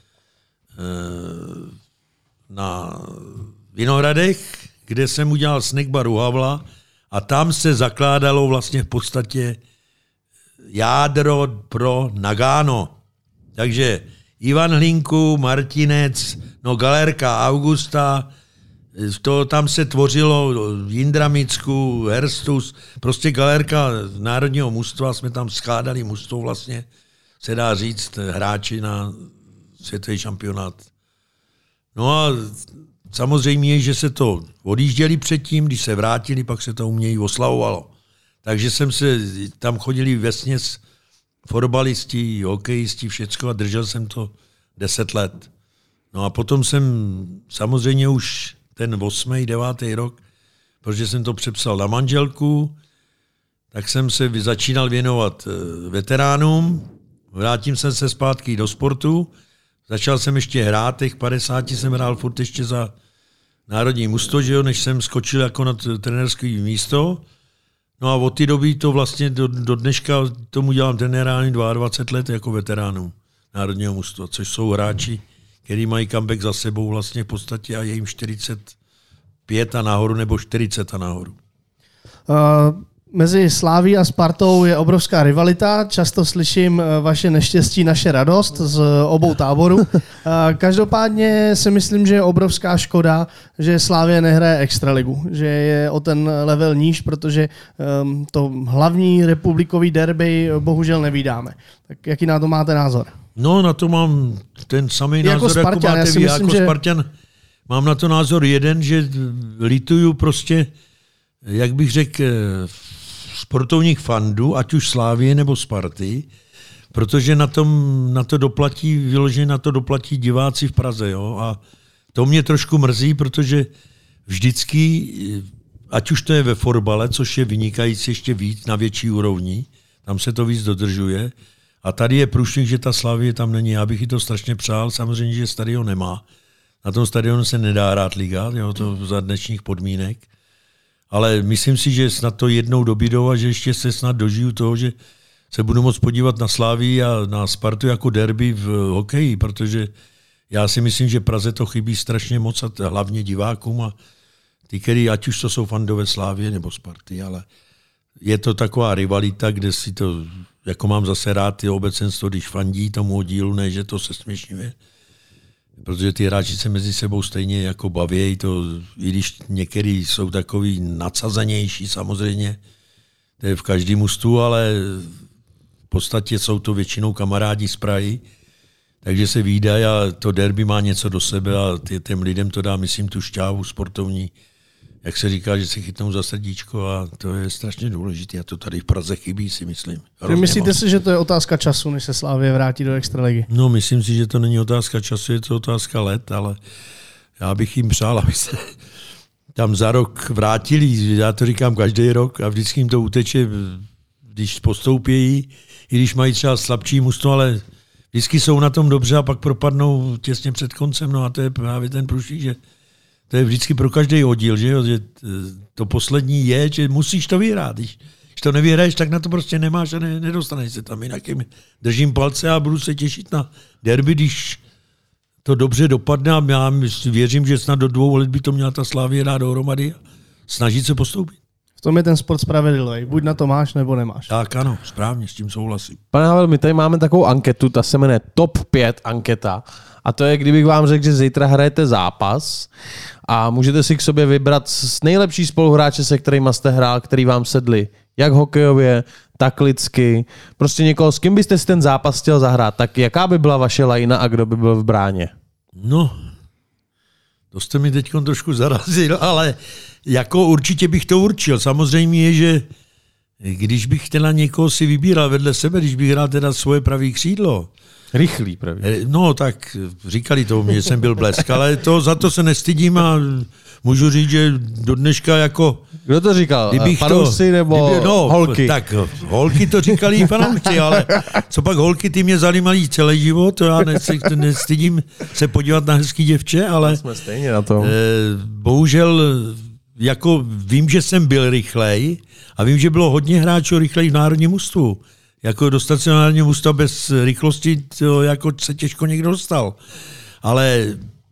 na Vinohradech, kde jsem udělal snack bar u Havla a tam se zakládalo vlastně v podstatě jádro pro Nagano. Takže Ivan Hlinku, Martinec, no Galerka Augusta, tam se tvořilo Jindra Micku, Herstus, prostě Galerka národního mužstva, jsme tam skládali mužstvo vlastně, se dá říct, hráči na světový šampionát. No a samozřejmě, že se to odjížděli předtím, když se vrátili, pak se to u mě oslavovalo. Takže tam chodili vesměs fotbalisti, hokejisti, všecko a držel jsem to 10 let. No a potom jsem samozřejmě už ten 8., 9. rok, protože jsem to přepsal na manželku, tak jsem se začínal věnovat veteránům, vrátím jsem se zpátky do sportu, začal jsem ještě hrát, těch 50 jsem hrál furt ještě za národní mužstvo, že jo, než jsem skočil jako na trenérské místo. No a od té doby to vlastně do dneška tomu dělám trenérání 22 let jako veteránů národního mužstva, což jsou hráči, který mají comeback za sebou vlastně v podstatě a je jim 45 a nahoru nebo 40 a nahoru. Mezi Slavií a Spartou je obrovská rivalita. Často slyším vaše neštěstí, naše radost z obou táborů. Každopádně si myslím, že je obrovská škoda, že Slavie nehraje extraligu, že je o ten level níž, protože to hlavní republikový derby bohužel nevídáme. Tak jaký na to máte názor? No, na to mám ten samý názor, Spartan, jako máte vy. Jako že... Spartan mám na to názor jeden, že lituju prostě, jak bych řekl, sportovních fandů, ať už Slavie nebo Sparty, protože na to doplatí diváci v Praze. Jo? A to mě trošku mrzí, protože vždycky, ať už to je ve fotbale, což je vynikající ještě víc na větší úrovni, tam se to víc dodržuje. A tady je průšvih, že ta Slavie tam není. Já bych ji to strašně přál, samozřejmě, že stadion nemá. Na tom stadionu se nedá hrát liga, jo, to za dnešních podmínek. Ale myslím si, že snad to jednou dobydou a že ještě se snad dožiju toho, že se budu moct podívat na Slavii a na Spartu jako derby v hokeji, protože já si myslím, že Praze to chybí strašně moc a hlavně divákům a ty, který ať už to jsou fandové Slavie nebo Sparty, ale je to taková rivalita, kde si to, jako mám zase rád ty obecenstvo, když fandí tomu oddílu, ne, že to se směšňuje. Protože ty hráči se mezi sebou stejně jako baví, to, i když některý jsou takový nadsazenější samozřejmě, to je v každém mužstvu, ale v podstatě jsou to většinou kamarádi z Prahy, takže se vídají a to derby má něco do sebe a těm lidem to dá, myslím, tu šťávu sportovní, jak se říká, že se chytnou za srdíčko a to je strašně důležité a to tady v Praze chybí, si myslím. Myslíte si, že to je otázka času, než se Slavie vrátí do extraligy? No, myslím si, že to není otázka času, je to otázka let, ale já bych jim přál, aby se tam za rok vrátili, já to říkám každý rok a vždycky jim to uteče, když postoupí, i když mají třeba slabší mužstvo, ale vždycky jsou na tom dobře a pak propadnou těsně před koncem. No a to je právě ten průšvih, že to je vždycky pro každý oddíl, že to poslední je, že musíš to vyhrát. Když to nevyhraješ, tak na to prostě nemáš a nedostaneš se tam. Jinak držím palce a budu se těšit na derby, když to dobře dopadne a já věřím, že snad do 2 let by to měla ta Slavie dát dohromady a snažit se postoupit. V tom je ten sport spravedlivý. Buď na to máš, nebo nemáš. Tak ano, správně, s tím souhlasím. Pane Havel, my tady máme takovou anketu, ta se jmenuje Top 5 anketa. A to je, kdybych vám řekl, že zítra hrajete zápas a můžete si k sobě vybrat z nejlepší spoluhráče, se kterýma jste hrál, který vám sedli. Jak hokejově, tak lidsky. Prostě někoho, s kým byste si ten zápas chtěl zahrát. Tak jaká by byla vaše lajna a kdo by byl v bráně? No, to jste mi teď trošku zarazil, ale jako určitě bych to určil. Samozřejmě je, že když bych teda někoho si vybíral vedle sebe, když bych hrál teda svoje pravý křídlo. Rychlý pravý. No tak říkali to mě, že jsem byl blesk, ale za to se nestydím a můžu říct, že do dneška jako... Kdo to říkal? Fanoušci nebo holky? Tak holky to říkali i fanoušci, ale co pak holky, ty mě zajímaly celý život, to já nestydím se podívat na hezký děvče, ale jsme stejně na tom. Bohužel jako vím, že jsem byl rychlej a vím, že bylo hodně hráčů rychlej v národním mužstvu. Jako do stacionárního mužstva bez rychlosti to jako se těžko někdo dostal. Ale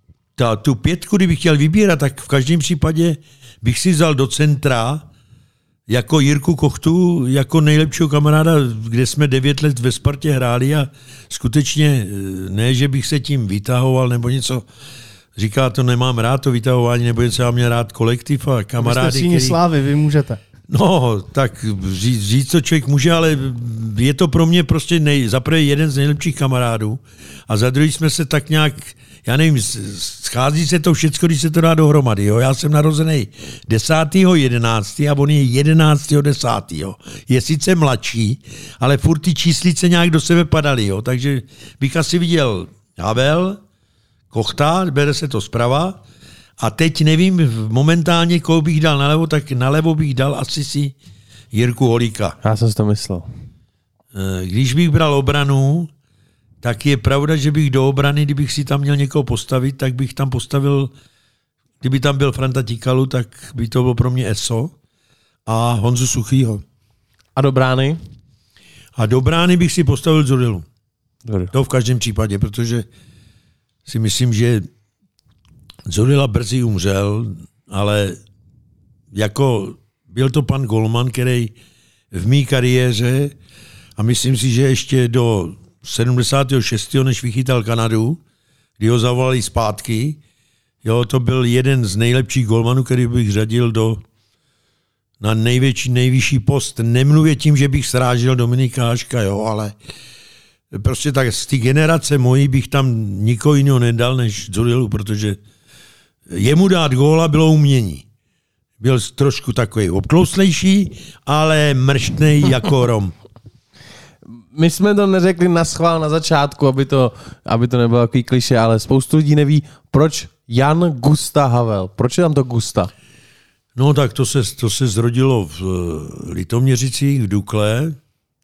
tu 5, kdybych chtěl vybírat, tak v každém případě bych si vzal do centra jako Jirku Kochtu, jako nejlepšího kamaráda, kde jsme 9 let ve Spartě hráli a skutečně ne, že bych se tím vytahoval nebo něco. Říká, to nemám rád, to vytahování, nebo něco, já měl rád kolektiv a kamarády. Vy jste síni slávy, vy můžete. No, tak říct, co člověk může, ale je to pro mě prostě za prvé jeden z nejlepších kamarádů a za druhý jsme se tak nějak, já nevím, schází se to všecko, když se to dá dohromady. Jo? Já jsem narozený 10.11. a on je 11.10. Je sice mladší, ale furt ty číslice nějak do sebe padaly. Jo? Takže bych asi viděl Havel, Kochta, bere se to zprava. A teď nevím momentálně, koho bych dal nalevo, tak nalevo bych dal asi si Jirku Holíka. Já jsem si to myslel. Když bych bral obranu, tak je pravda, že bych do obrany, kdybych si tam měl někoho postavit, tak bych tam postavil, kdyby tam byl Franta Tikalu, tak by to bylo pro mě ESO a Honzu Suchýho. A do brány? A do brány bych si postavil Zurilu. To v každém případě, protože si myslím, že Zorila brzy umřel, ale jako byl to pan golman, který v mý kariéře a myslím si, že ještě do 76. než vychytal Kanadu, kdy ho zavolali zpátky, jo, to byl jeden z nejlepších golmanů, který bych řadil na nejvyšší post. Nemluvě tím, že bych srážel Dominika Haška, jo, ale prostě tak z té generace mojí bych tam nikoho jiného nedal než Zurilu, protože jemu dát góla bylo umění. Byl trošku takový obtlouslejší, ale mrštnej jako Rom. My jsme to neřekli naschvál na začátku, aby to nebylo takový klišé, ale spoustu lidí neví, proč Jan Gusta Havel. Proč je tam to Gusta? No tak to se zrodilo v Litoměřicích, v Dukle,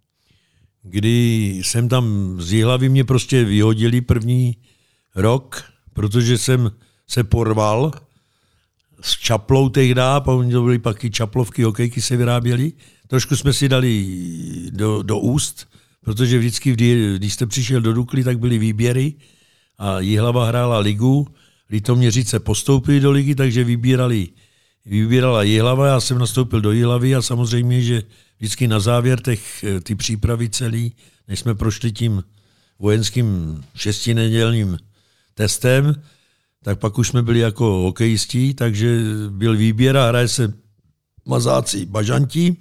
kdy jsem tam z Jihlavy mě prostě vyhodili první rok, protože jsem se porval s čaplou tehdy, to byly pak i čaplovky, hokejky se vyráběly. Trošku jsme si dali do úst, protože vždycky, když jste přišel do Dukly, tak byly výběry a Jihlava hrála ligu, Litoměřice postoupili do ligy, takže vybírala Jihlava, já jsem nastoupil do Jihlavy a samozřejmě, že vždycky na závěr ty přípravy celý, než jsme prošli tím vojenským 6nedělním testem, tak pak už jsme byli jako hokejisti, takže byl výběr a hraje se mazáci bažanti.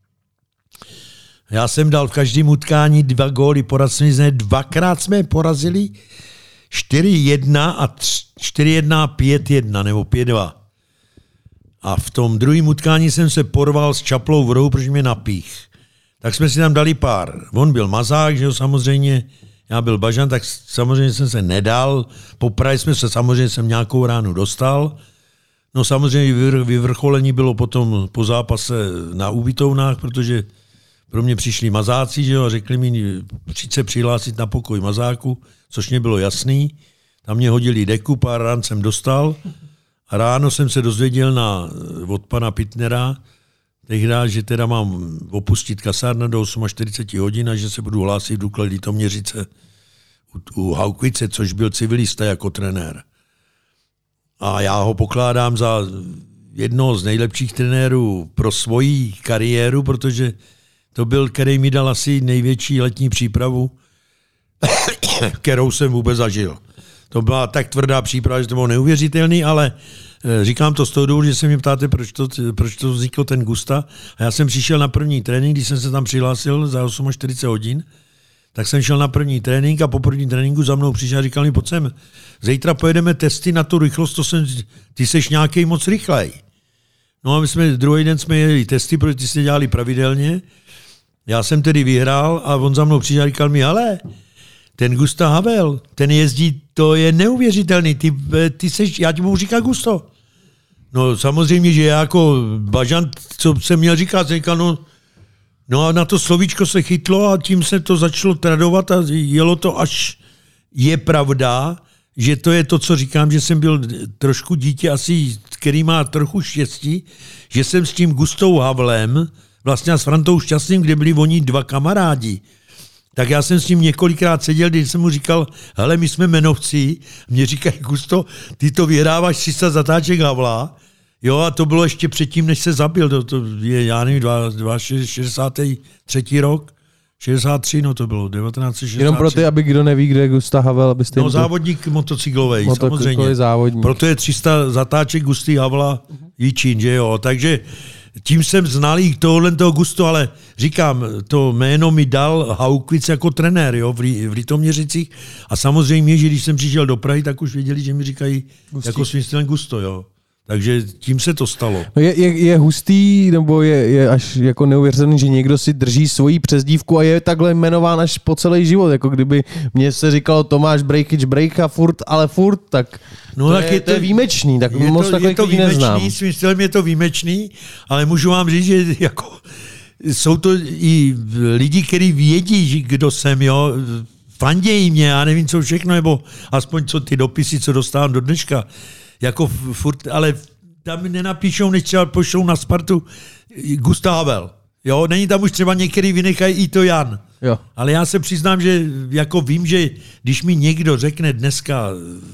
Já jsem dal v každém utkání 2 góly, dvakrát jsme porazili 4-1 a 4-1 a 5-1 nebo 5-2. A v tom druhém utkání jsem se porval s čaplou v rohu, protože mě napích. Tak jsme si tam dali pár. On byl mazák, že jo, samozřejmě, já byl bažant, tak samozřejmě jsem se nedal. Poprali jsme se, samozřejmě jsem nějakou ránu dostal. No samozřejmě vyvrcholení bylo potom po zápase na ubytovnách, protože pro mě přišli mazáci, že jo, a řekli mi, přijď se přihlásit na pokoj mazáku, což mě bylo jasný. Tam mě hodili deku, pár rán jsem dostal a ráno jsem se dozvěděl od pana Pitnera, tehdy, že teda mám opustit kasárna do 48 hodin a že se budu hlásit v Dukle Litoměřice u Haukvice, což byl civilista jako trenér. A já ho pokládám za jednoho z nejlepších trenérů pro svoji kariéru, protože to byl, který mi dal asi největší letní přípravu, kterou jsem vůbec zažil. To byla tak tvrdá příprava, že to bylo neuvěřitelný, ale říkám to z toho důvodu, že se mě ptáte, proč to vzniklo ten Gusta. A já jsem přišel na první trénink, když jsem se tam přihlásil za 48 hodin, tak jsem šel na první trénink a po prvním tréninku za mnou přišel a říkal mi, pojď sem, zítra pojedeme testy na tu rychlost, ty seš nějaký moc rychlej. No a druhý den jsme jeli testy, protože ty se dělali pravidelně. Já jsem tedy vyhrál a on za mnou přišel a říkal mi, ale ten Gustav Havel, ten jezdí, to je neuvěřitelný, ty seš, já ti budu říkat Gusto. No samozřejmě, že já jako bažant, co jsem měl říkat, jsem říkal, no a na to slovíčko se chytlo a tím se to začalo tradovat a jelo to až je pravda, že to je to, co říkám, že jsem byl trošku dítě asi, který má trochu štěstí, že jsem s tím Gustou Havlem, vlastně s Frantou Šťastným, kde byli oni dva kamarádi, tak já jsem s ním několikrát seděl, když jsem mu říkal, hele, my jsme menovci, mě říkají, Gusto, ty to vyhráváš 300 zatáček Havla, jo, a to bylo ještě předtím, než se zabil, to je, já nevím, 63. rok, 63, no to bylo, 1963. Jenom pro ty, aby kdo neví, kde je Gustav Havel, abyste... No závodník motocyklovej, samozřejmě. Závodník. Proto je 300 zatáček Gusty Havla Jičín, že jo, takže tím jsem znal i toho Gusto, ale říkám, to jméno mi dal Haukvic jako trenér, jo, v Litoměřicích a samozřejmě, že když jsem přišel do Prahy, tak už věděli, že mi říkají Gustí. Jako svým stylem Gusto, jo. Takže tím se to stalo. No je hustý, nebo je až jako neuvěřitelný, že někdo si drží svoji přezdívku a je takhle jmenován až po celý život. Jako kdyby mně se říkalo Tomáš Brejkič Brejcha furt, tak, no, tak to je výjimečný. Tak moc je to výjimečný, neznám. Svým stylem je to výjimečný, ale můžu vám říct, že jako, jsou to i lidi, kteří vědí, kdo jsem, jo, fandějí mě, já nevím co všechno, nebo aspoň co ty dopisy, co dostávám do dneška, jako furt, ale tam nenapíšou, než třeba pošlou na Spartu Gustav Havel. Jo, není tam už třeba některý vynechají i to Jan. Jo. Ale já se přiznám, že jako vím, že když mi někdo řekne dneska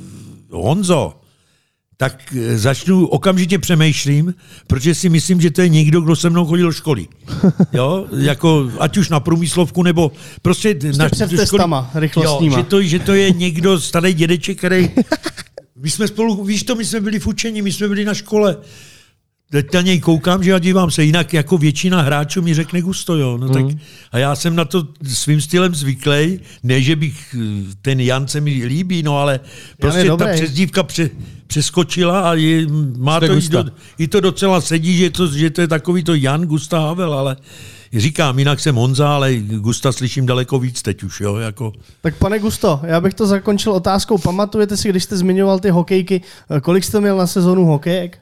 Honzo, tak okamžitě přemýšlím, protože si myslím, že to je někdo, kdo se mnou chodil do školy. Jo, jako ať už na průmyslovku, nebo prostě na před testama rychlostníma. Jo, že to je někdo starý dědeček, který... My jsme spolu, víš to, my jsme byli v učení, my jsme byli na škole. Teď na něj koukám, že já dívám se, jinak jako většina hráčů mi řekne Gusto, jo. No tak, a já jsem na to svým stylem zvyklý, ne, že bych, ten Jan se mi líbí, no ale prostě ta přezdívka přeskočila a má to i to docela sedí, že to je takový to Jan Gustav Havel, ale říkám, jinak jsem Honza, ale Gusta slyším daleko víc teď už, jo, jako. Tak pane Gusto, já bych to zakončil otázkou. Pamatujete si, když jste zmiňoval ty hokejky, kolik jste měl na sezonu hokejek?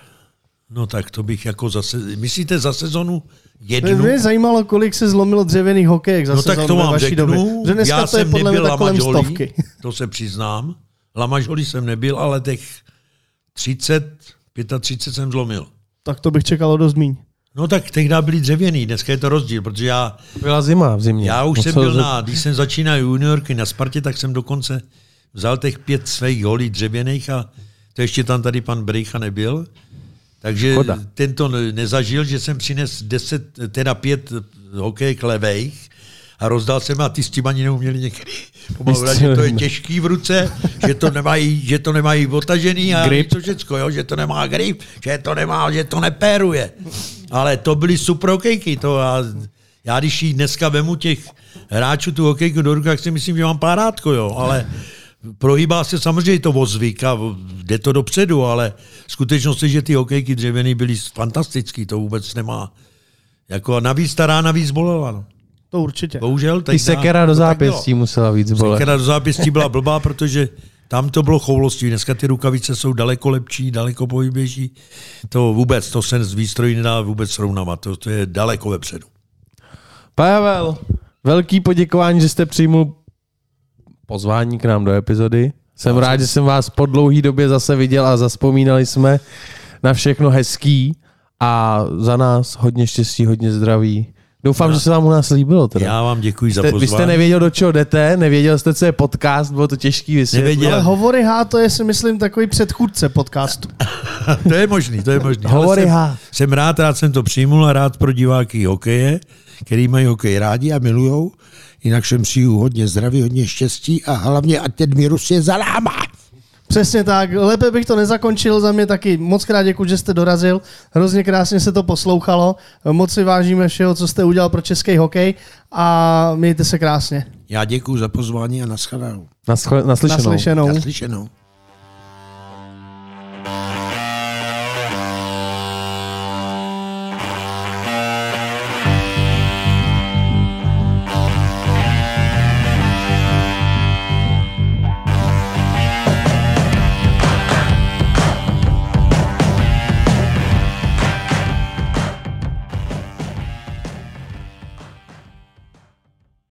No tak to bych jako zase, myslíte za sezonu jednu? Mě zajímalo, kolik se zlomilo dřevěných hokejek za sezonu. No tak to vám řeknu, já jsem nebyl Lamažholí, to se přiznám. Lamažholí jsem nebyl, ale těch 35 jsem zlomil. Tak to bych čekalo dost míň. No tak tehdy byli dřevěný, dneska je to rozdíl, protože já... Byla zima v zimě. Já už jsem byl když jsem začínal juniorky na Spartě, tak jsem dokonce vzal těch 5 svých holí dřevěných a to ještě tam tady pan Brejcha nebyl. Takže tento nezažil, že jsem přines 5 hokejek levejch a rozdal jsem a ty s tím ani neuměli někdy. Že to je těžký v ruce, že to nemají otažený a to všecko, jo, že to nemá grip, že to nepéruje. Ale to byly super hokejky. Já když jí dneska vemu těch hráčů tu hokejku do ruky, tak si myslím, že mám párátko, jo, ale prohýbá se samozřejmě to o zvyk a jde to dopředu, ale skutečnost je, že ty hokejky dřevěný byly fantastický, to vůbec nemá. Jako navíc ta rána víc bolela, no. To určitě. Bohužel. I sekera do zápěstí musela víc bolet. Sekera do zápěstí byla blbá, protože tam to bylo choulostí. Dneska ty rukavice jsou daleko lepší, daleko pohybější. To se z výstrojí nedá vůbec srovnávat. To je daleko vepředu. Pavel, velký poděkování, že jste přijmul pozvání k nám do epizody. Jsem rád, že jsem vás po dlouhý době zase viděl a zazpomínali jsme na všechno hezký a za nás hodně štěstí, hodně zdraví. Doufám, že se vám u nás líbilo. Teda. Já vám děkuji za pozvání. Vy jste nevěděl, do čeho jdete, nevěděl jste, co je podcast, bylo to těžký vysvětlit. Ale Hovory H, to je si myslím takový předchůdce podcastu. To je možný. Hovory H. Jsem rád jsem to přijmul a rád pro diváky hokeje, který mají hokej rádi a milujou. Jinak všem přiju hodně zdraví, hodně štěstí a hlavně, ať ten virus je zalámá. Přesně tak, lépe bych to nezakončil, za mě taky moc krát děkuji, že jste dorazil, hrozně krásně se to poslouchalo, moc si vážíme všeho, co jste udělal pro český hokej a mějte se krásně. Já děkuji za pozvání a naschledanou. Naslyšenou. Naslyšenou. Naslyšenou.